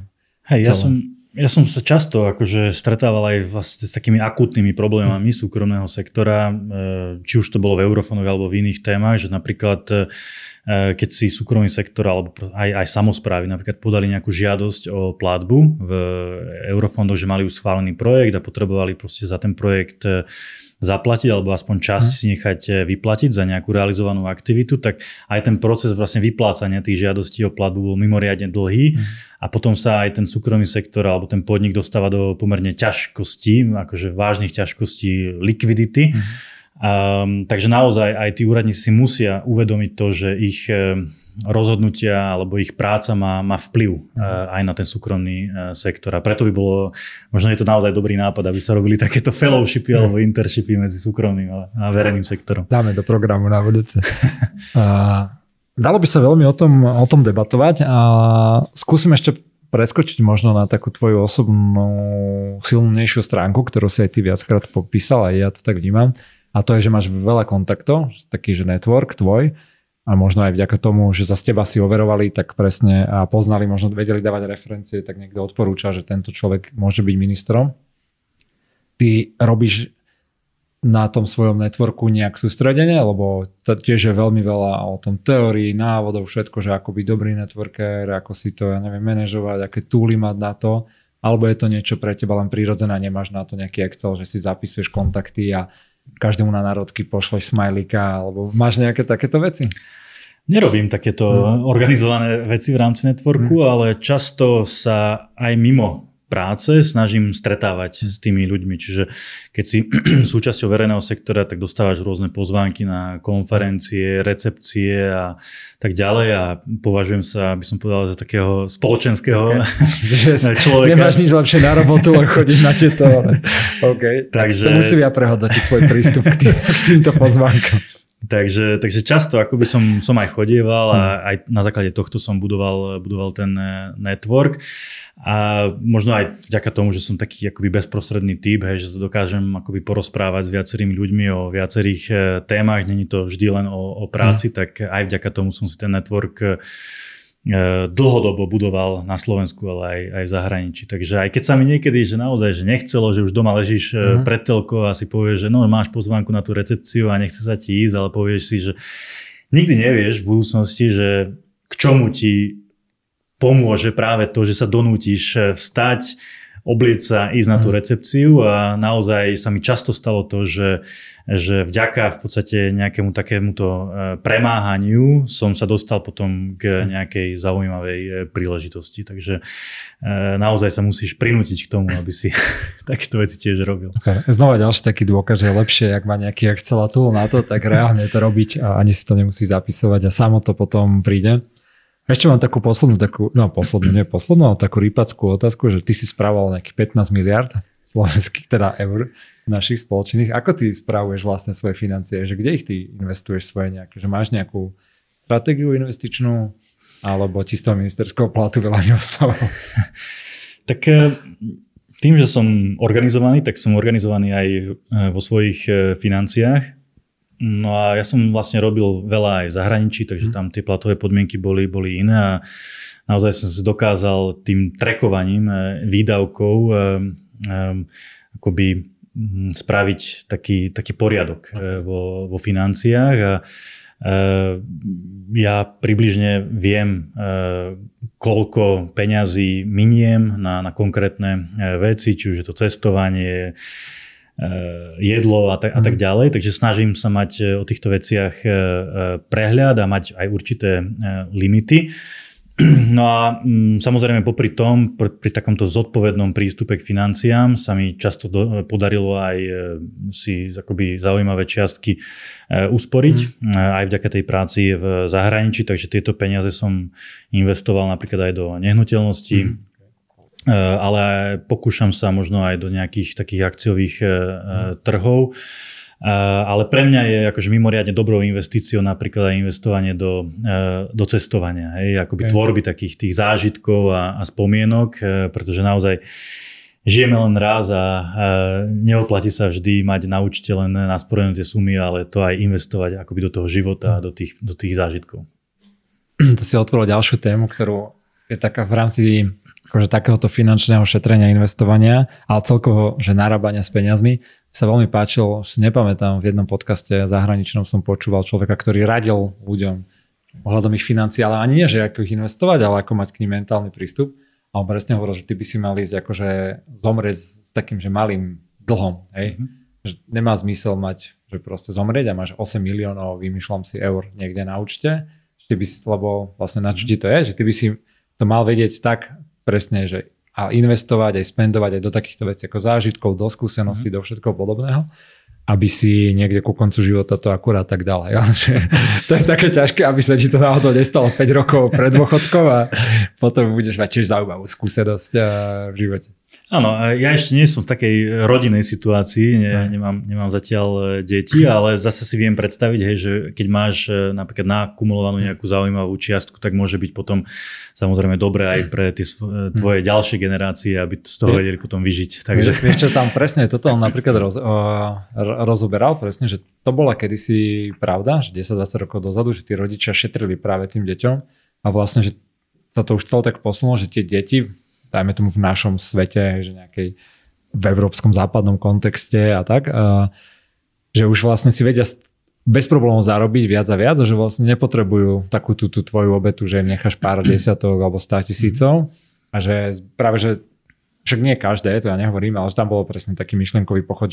Ja som sa často akože stretával aj vlastne s takými akútnymi problémami súkromného sektora, či už to bolo v eurofondoch alebo v iných témach, že napríklad keď si súkromný sektor alebo aj samosprávy napríklad podali nejakú žiadosť o platbu v eurofondoch, že mali už schválený projekt a potrebovali proste za ten projekt zaplatiť alebo aspoň časť si nechať vyplatiť za nejakú realizovanú aktivitu, tak aj ten proces vlastne vyplácania tých žiadostí o platbu bol mimoriadne dlhý a potom sa aj ten súkromný sektor alebo ten podnik dostáva do pomerne ťažkostí, akože vážnych ťažkostí likvidity. Takže naozaj aj tí úradníci si musia uvedomiť to, že ich rozhodnutia alebo ich práca má vplyv aj na ten súkromný sektor. A preto by bolo, možno je to naozaj dobrý nápad, aby sa robili takéto fellowshipy alebo internshipy medzi súkromným a verejným sektorom. Dáme do programu na budúce. Dalo by sa veľmi o tom debatovať a skúsim ešte preskočiť možno na takú tvoju osobnú silnejšiu stránku, ktorú si aj ty viackrát popísal a ja to tak vnímam. A to je, že máš veľa kontaktov, taký, že network tvoj, a možno aj vďaka tomu, že za teba si overovali, tak presne a poznali, možno vedeli dávať referencie, tak niekto odporúča, že tento človek môže byť ministrom. Ty robíš na tom svojom networku nejak sústredenie, lebo to tiež je veľmi veľa o tom teórii, návodov, všetko, že ako byť dobrý networker, ako si to, ja neviem, manažovať, aké túly mať na to, alebo je to niečo pre teba len prírodzené, nemáš na to nejaký Excel, že si zapisuješ kontakty a každému na národky pošleš smajlíka, alebo máš nejaké takéto veci? Nerobím takéto organizované veci v rámci networku, ale často sa aj mimo práce snažím stretávať s tými ľuďmi. Čiže keď si súčasťou verejného sektora, tak dostávaš rôzne pozvánky na konferencie, recepcie a tak ďalej a považujem sa, aby som povedal, za takého spoločenského človeka. Nemáš nič lepšie na robotu, len chodíš na tieto. Okay. Takže to musím ja prehodnotiť svoj prístup k týmto pozvánkom. Takže často akoby som aj chodieval a aj na základe tohto som budoval ten network a možno aj vďaka tomu, že som taký akoby bezprostredný typ, že to dokážem akoby porozprávať s viacerými ľuďmi o viacerých témach, není to vždy len o práci, tak aj vďaka tomu som si ten network dlhodobo budoval na Slovensku, ale aj v zahraničí. Takže aj keď sa mi niekedy, že naozaj že nechcelo, že už doma ležíš pred telkou a si povieš, že no máš pozvánku na tú recepciu a nechce sa ti ísť, ale povieš si, že nikdy nevieš v budúcnosti, že k čomu ti pomôže práve to, že sa donútiš vstať, oblieť sa, ísť na tú recepciu a naozaj sa mi často stalo to, že vďaka v podstate nejakému takémuto premáhaniu som sa dostal potom k nejakej zaujímavej príležitosti. Takže naozaj sa musíš prinútiť k tomu, aby si takéto veci tiež robil. Znova ďalší taký dôkaz, že je lepšie, ak má nejaký Excel-tool na to, tak reálne to robiť a ani si to nemusí zapisovať a samo to potom príde. Ešte mám takú poslednú, ale takú rýpackú otázku, že ty si správal nejakých 15 miliard slovenských, teda eur našich spoločných. Ako ty spravuješ vlastne svoje financie? Že kde ich ty investuješ svoje nejaké? Že máš nejakú stratégiu investičnú alebo ti z toho ministerského platu veľa neostávalo? Tak tým, že som organizovaný, tak som organizovaný aj vo svojich financiách. No a ja som vlastne robil veľa aj v zahraničí, takže tam tie platové podmienky boli iné a naozaj som si dokázal tým trackovaním výdavkov akoby spraviť taký poriadok vo financiách a ja približne viem, koľko peňazí miniem na konkrétne veci, či už je to cestovanie, jedlo a tak ďalej, takže snažím sa mať o týchto veciach prehľad a mať aj určité limity. No a samozrejme popri tom, pri takomto zodpovednom prístupe k financiám sa mi často podarilo aj si akoby zaujímavé čiastky usporiť, aj vďaka tej práci v zahraničí, takže tieto peniaze som investoval napríklad aj do nehnuteľností, ale pokúšam sa možno aj do nejakých takých akciových trhov. Ale pre mňa je akože mimoriadne dobrou investíciou napríklad aj investovanie do cestovania, akoby tvorby takých tých zážitkov a spomienok, pretože naozaj žijeme len raz a neoplatí sa vždy mať na účte len nasporené tie sumy, ale to aj investovať akoby do toho života, do tých zážitkov. To si otvoril ďalšiu tému, ktorú je taká v rámci akože takéhoto finančného šetrenia, investovania, ale celkovo, že narábania s peniazmi, sa veľmi páčilo, si nepamätám, v jednom podcaste zahraničnom som počúval človeka, ktorý radil ľuďom ohľadom ich financií, ale ani nie, že ako ich investovať, ale ako mať k nim mentálny prístup. A on presne hovoril, že ty by si mal ísť akože zomrieť s takým, že malým dlhom, hej? Že nemá zmysel mať, že proste zomrieť a máš 8 miliónov, vymýšľam si eur niekde na účte, lebo vlastne na čo ti to je, že ty by si to mal vedieť tak presne, že a investovať, aj spendovať aj do takýchto vecí ako zážitkov, do skúseností, do všetkoho podobného, aby si niekde ku koncu života to akurát tak dal. Ja? To je také ťažké, aby sa ti to náhodou nestalo 5 rokov pred dôchodkom a potom budeš mať tiež zaujímavú skúsenosť v živote. Áno, ja ešte nie som v takej rodinnej situácii, nemám zatiaľ deti, ale zase si viem predstaviť, že keď máš napríklad nakumulovanú nejakú zaujímavú čiastku, tak môže byť potom samozrejme dobré aj pre tie tvoje ďalšie generácie, aby z toho vedeli potom vyžiť. Takže... Vieš čo, tam presne toto on napríklad rozoberal presne, že to bola kedysi pravda, že 10-20 rokov dozadu, že tí rodičia šetrili práve tým deťom a vlastne, že sa to už celé tak posunulo, že tie deti dajme tomu v našom svete, že nejakej v európskom západnom kontexte a tak, že už vlastne si vedia bez problémov zarobiť viac a viac a že vlastne nepotrebujú takú tú tvoju obetu, že im necháš pár desiatok alebo 100 000 a že práve, že však nie každé, to ja nehovorím, ale že tam bolo presne taký myšlienkový pochod,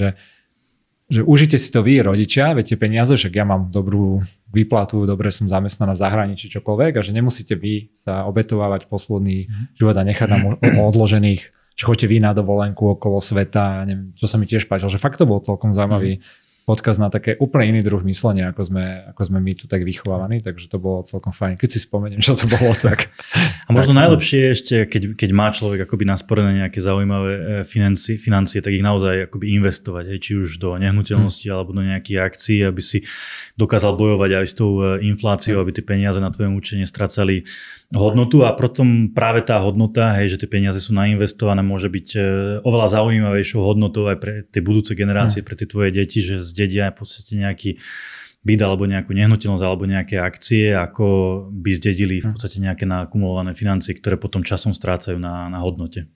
že užite si to vy, rodičia, viete peniaze, však ja mám dobrú výplatu, dobre som zamestnaná v zahraničí, čokoľvek a že nemusíte vy sa obetovávať posledný život a nechať nám odložených že chodíte vy na dovolenku okolo sveta, neviem, čo sa mi tiež páčilo, že fakt to bol celkom zaujímavý podcast na také úplne iný druh myslenia, ako sme my tu tak vychovávaní, takže to bolo celkom fajn. Keď si spomeniem, čo to bolo, tak... A možno najlepšie je ešte, keď má človek akoby nasporené nejaké zaujímavé financie, tak ich naozaj akoby investovať, či už do nehnuteľnosti alebo do nejakých akcií, aby si dokázal bojovať aj s tou infláciou, aby tie peniaze na tvojom účte nestracali hodnotu a potom práve tá hodnota, že tie peniaze sú nainvestované, môže byť oveľa zaujímavejšou hodnotou aj pre tie budúce generácie, pre tie tvoje deti, že zdedia v podstate nejaký byt alebo nejakú nehnuteľnosť alebo nejaké akcie, ako by zdedili v podstate nejaké nakumulované financie, ktoré potom časom strácajú na hodnote.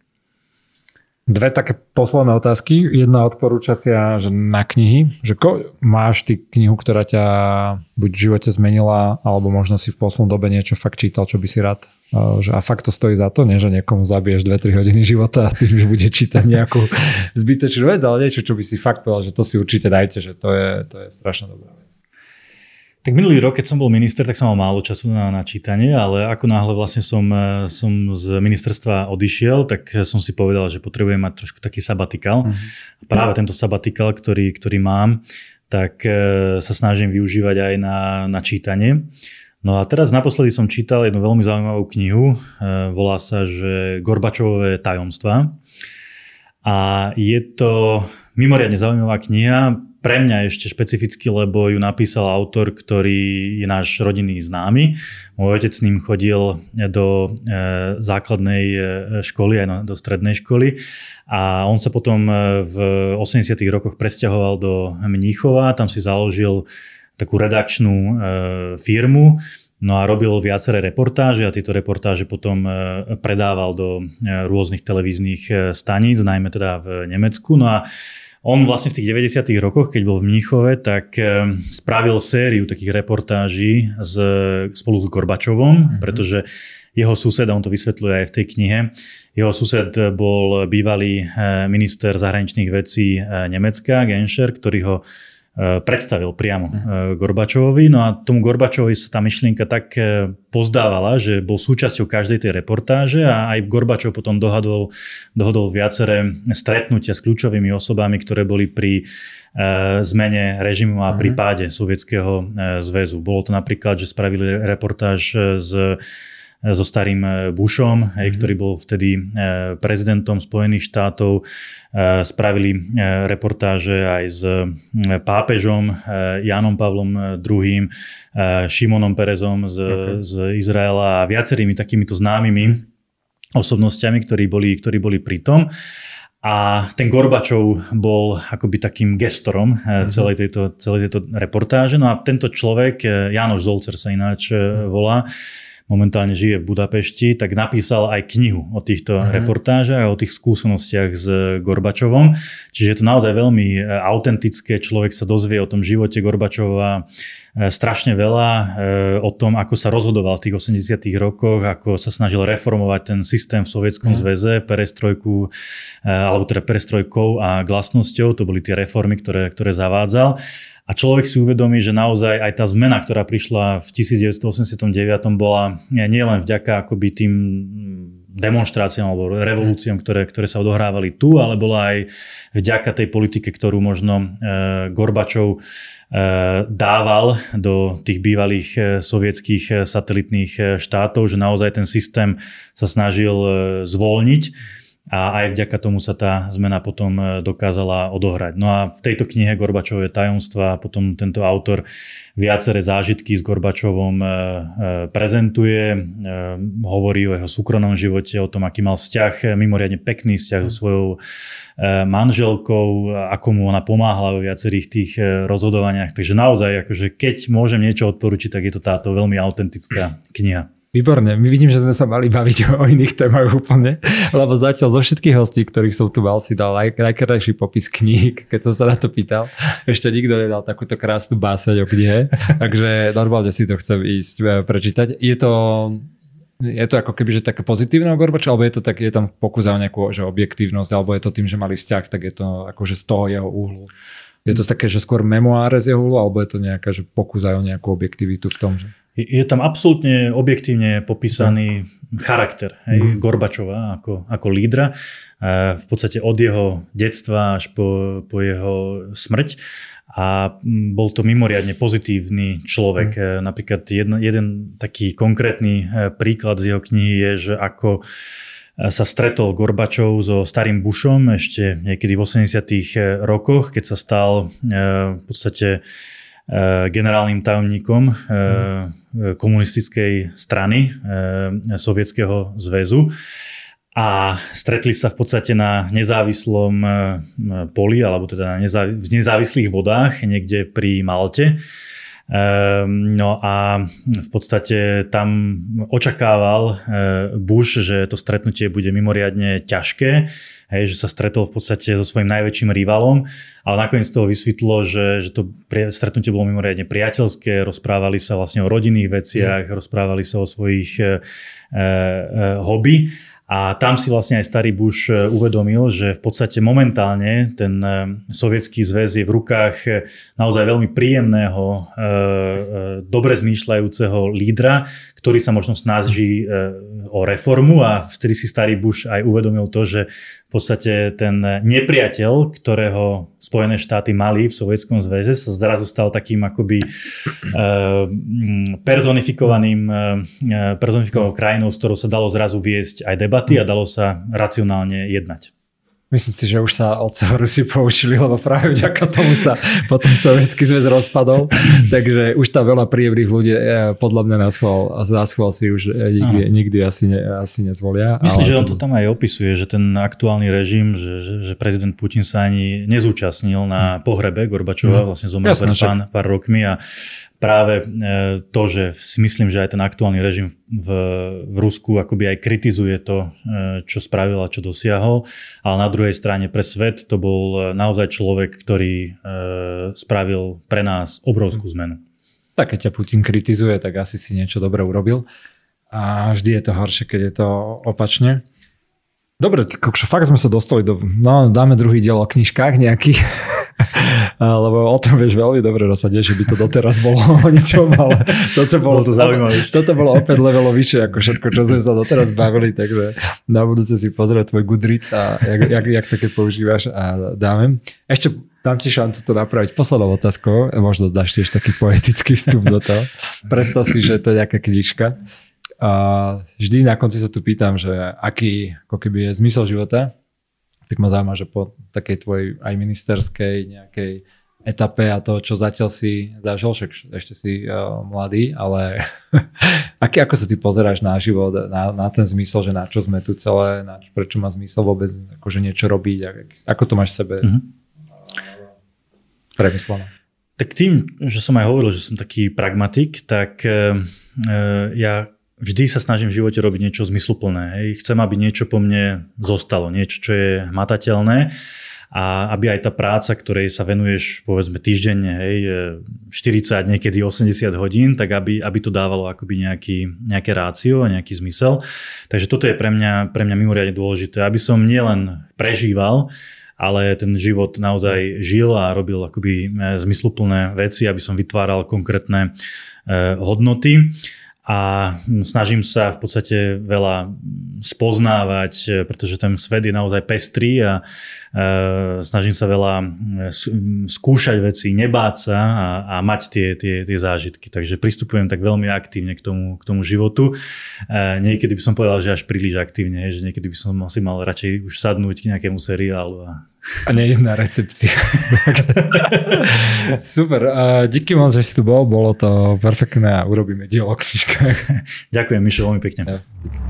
Dve také posledné otázky. Jedna odporúčacia, že na knihy. Že máš ty knihu, ktorá ťa buď v živote zmenila, alebo možno si v poslednej dobe niečo fakt čítal, čo by si rád. A fakt to stojí za to, nie že niekomu zabiješ 2-3 hodiny života tým, že bude čítať nejakú zbytočnú vec, ale niečo, čo by si fakt povedal, že to si určite dajte, že to je strašne dobrá vec. Tak minulý rok, keď som bol minister, tak som mal málo času na čítanie, ale ako náhle vlastne som z ministerstva odišiel, tak som si povedal, že potrebujem mať trošku taký sabatikál. Práve tento sabatikál, ktorý mám, tak sa snažím využívať aj na čítanie. No a teraz naposledy som čítal jednu veľmi zaujímavú knihu, volá sa, že Gorbačovové tajomstvá. A je to mimoriadne zaujímavá kniha, pre mňa ešte špecificky, lebo ju napísal autor, ktorý je náš rodinný známy. Môj otec s ním chodil do základnej školy, aj do strednej školy. A on sa potom v 80. rokoch presťahoval do Mníchova, tam si založil takú redakčnú firmu. No a robil viaceré reportáže a tieto reportáže potom predával do rôznych televíznych staníc, najmä teda v Nemecku. No a on vlastne v tých 90. rokoch, keď bol v Mníchove, tak spravil sériu takých reportáží spolu s Gorbačovom, pretože jeho sused, a on to vysvetľuje aj v tej knihe, jeho sused bol bývalý minister zahraničných vecí Nemecka, Genscher, ktorý ho predstavil priamo Gorbačovovi. No a tomu Gorbačovovi sa tá myšlienka tak pozdávala, že bol súčasťou každej tej reportáže a aj Gorbačov potom dohodol viaceré stretnutia s kľúčovými osobami, ktoré boli pri zmene režimu a pri páde Sovietskeho zväzu. Bolo to napríklad, že spravili reportáž so starým Bushom, ktorý bol vtedy prezidentom Spojených štátov. Spravili reportáže aj s pápežom Jánom Pavlom II, Šimonom Perezom z Izraela a viacerými takýmito známymi osobnostiami, ktorí boli pri tom. A ten Gorbačov bol akoby takým gestorom celej tejto reportáže. No a tento človek, Jánoš Zolcer sa ináč volá, momentálne žije v Budapešti, tak napísal aj knihu o týchto reportážach a o tých skúsenostiach s Gorbačovom. Čiže je to naozaj veľmi autentické, človek sa dozvie o tom živote Gorbačova strašne veľa, o tom, ako sa rozhodoval v tých 80. rokoch, ako sa snažil reformovať ten systém v Sovietskom zväze, perestrojku, alebo teda perestrojkou a glasnosťou, to boli tie reformy, ktoré zavádzal. A človek si uvedomí, že naozaj aj tá zmena, ktorá prišla v 1989, bola nielen vďaka akoby tým demonštráciám alebo revolúciám, ktoré sa odohrávali tu, ale bola aj vďaka tej politike, ktorú možno Gorbačov dával do tých bývalých sovietských satelitných štátov, že naozaj ten systém sa snažil zvolniť. A aj vďaka tomu sa tá zmena potom dokázala odohrať. No a v tejto knihe Gorbačové tajomstvá potom tento autor viaceré zážitky s Gorbačovom prezentuje, hovorí o jeho súkromnom živote, o tom, aký mal vzťah, mimoriadne pekný vzťah so svojou manželkou, ako mu ona pomáhala vo viacerých tých rozhodovaniach. Takže naozaj, akože keď môžem niečo odporučiť, tak je to táto veľmi autentická kniha. Výborne, my vidím, že sme sa mali baviť o iných témach úplne, lebo zatiaľ zo všetkých hostí, ktorých som tu mal, si dal najkrajší popis kníh, keď som sa na to pýtal. Ešte nikto nedal takúto krásnu báseň o knihe, takže normálne si to chcem ísť prečítať. Je to ako keby, že také pozitívne o Gorbačovi, alebo je to tak, je tam pokus o nejakú že objektívnosť, alebo je to tým, že mali vzťah, tak je to akože z toho jeho úhlu. Je to také, že skôr memoáre z jeho úhlu, alebo je to nejaká, že pokus aj o nejakú objektivitu v tom, že... Je tam absolútne objektívne popísaný charakter Gorbačova ako lídra. V podstate od jeho detstva až po jeho smrť. A bol to mimoriadne pozitívny človek. Napríklad jeden taký konkrétny príklad z jeho knihy je, že ako sa stretol Gorbačov so starým Bushom ešte niekedy v 80. rokoch, keď sa stal v podstate generálnym tajomníkom komunistickej strany Sovietskeho zväzu. A stretli sa v podstate na nezávislom poli, alebo teda v nezávislých vodách, niekde pri Malte. No a v podstate tam očakával Bush, že to stretnutie bude mimoriadne ťažké, že sa stretol v podstate so svojím najväčším rivalom, ale nakoniec toho vysvetlo, že to stretnutie bolo mimoriadne priateľské, rozprávali sa vlastne o rodinných veciach, rozprávali sa o svojich hobby. A tam si vlastne aj starý Bush uvedomil, že v podstate momentálne ten Sovietský zväz je v rukách naozaj veľmi príjemného, dobre zmýšľajúceho lídra, ktorý sa možno snaží o reformu, a vtedy si starý Bush aj uvedomil to, že v podstate ten nepriateľ, ktorého Spojené štáty mali v Sovietskom zväze, sa zrazu stal takým akoby personifikovanou krajinou, s ktorou sa dalo zrazu viesť aj debaty a dalo sa racionálne jednať. Myslím si, že už sa od Rusi poučili, lebo práve vďaka tomu sa potom Sovietsky zväz rozpadol, takže už tam veľa príjemných ľudí podľa mňa na schvál si už nikdy asi nezvolia. Myslím, že on to tam aj opisuje, že ten aktuálny režim, že prezident Putin sa ani nezúčastnil na pohrebe Gorbačova, vlastne zomrel pred pár rokmi, a práve to, že si myslím, že aj ten aktuálny režim v Rusku akoby aj kritizuje to, čo spravil a čo dosiahol, ale na druhej strane pre svet to bol naozaj človek, ktorý spravil pre nás obrovskú zmenu. Tak keď ťa Putin kritizuje, tak asi si niečo dobre urobil, a vždy je to horšie, keď je to opačne. Dobre, fakt sme sa dostali dáme druhý diel o knižkách nejakých, lebo o tom vieš veľmi dobre rozprávať, že by to doteraz bolo o ničom, ale toto bolo opäť levelo vyššie ako všetko, čo sme sa doteraz bavili, takže na budúce si pozrieť tvoj Goodreads a jak to keď používaš, a dáme. Ešte dám ti šancu to napraviť poslednou otázkou, možno dáš tiež taký poetický vstup do toho. Predstav si, že to je nejaká knižka. A vždy na konci sa tu pýtam, že aký ako keby je zmysel života, tak ma zaujíma, že po takej tvojej aj ministerskej nejakej etape a to, čo zatiaľ si zažil, však ešte si mladý, ale ako sa ty pozeráš na život, na ten zmysel, že na čo sme tu celé, prečo má zmysel vôbec akože niečo robiť, ako to máš v sebe premyslené? Tak tým, že som aj hovoril, že som taký pragmatik, tak ja vždy sa snažím v živote robiť niečo zmysluplné. Chcem, aby niečo po mne zostalo, niečo, čo je hmatateľné, a aby aj tá práca, ktorej sa venuješ povedzme týždenne, 40, niekedy 80 hodín, tak aby to dávalo akoby nejaké rácio a nejaký zmysel. Takže toto je pre mňa mimoriadne dôležité, aby som nielen prežíval, ale ten život naozaj žil a robil akoby zmysluplné veci, aby som vytváral konkrétne hodnoty. A snažím sa v podstate veľa spoznávať, pretože ten svet je naozaj pestrý, a snažím sa veľa skúšať veci, nebáť sa a mať tie zážitky. Takže pristupujem tak veľmi aktívne k tomu životu. Niekedy by som povedal, že až príliš aktívne, že niekedy by som si mal radšej už sadnúť k nejakému seriálu a neísť na recepciu. Super. Díky moc, že si tu bol. Bolo to perfektné a urobíme diel o knižkách. Ďakujem, Mišo, veľmi pekne. Ja.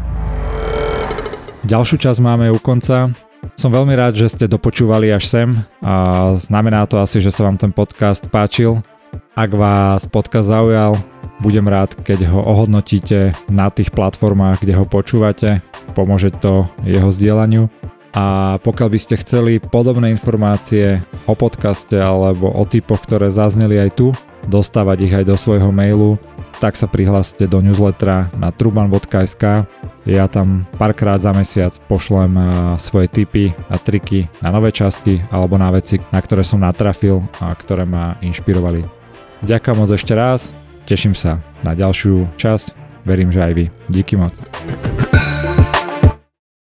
Ďalšiu časť máme u konca. Som veľmi rád, že ste dopočúvali až sem, a znamená to asi, že sa vám ten podcast páčil. Ak vás podcast zaujal, budem rád, keď ho ohodnotíte na tých platformách, kde ho počúvate. Pomôže to jeho zdieľaniu. A pokiaľ by ste chceli podobné informácie o podcaste alebo o typoch, ktoré zazneli aj tu, dostávať ich aj do svojho mailu, tak sa prihláste do newslettera na truban.sk. Ja tam párkrát za mesiac pošlem svoje tipy a triky na nové časti alebo na veci, na ktoré som natrafil a ktoré ma inšpirovali. Ďakujem moc ešte raz, teším sa na ďalšiu časť, verím, že aj vy. Díky moc.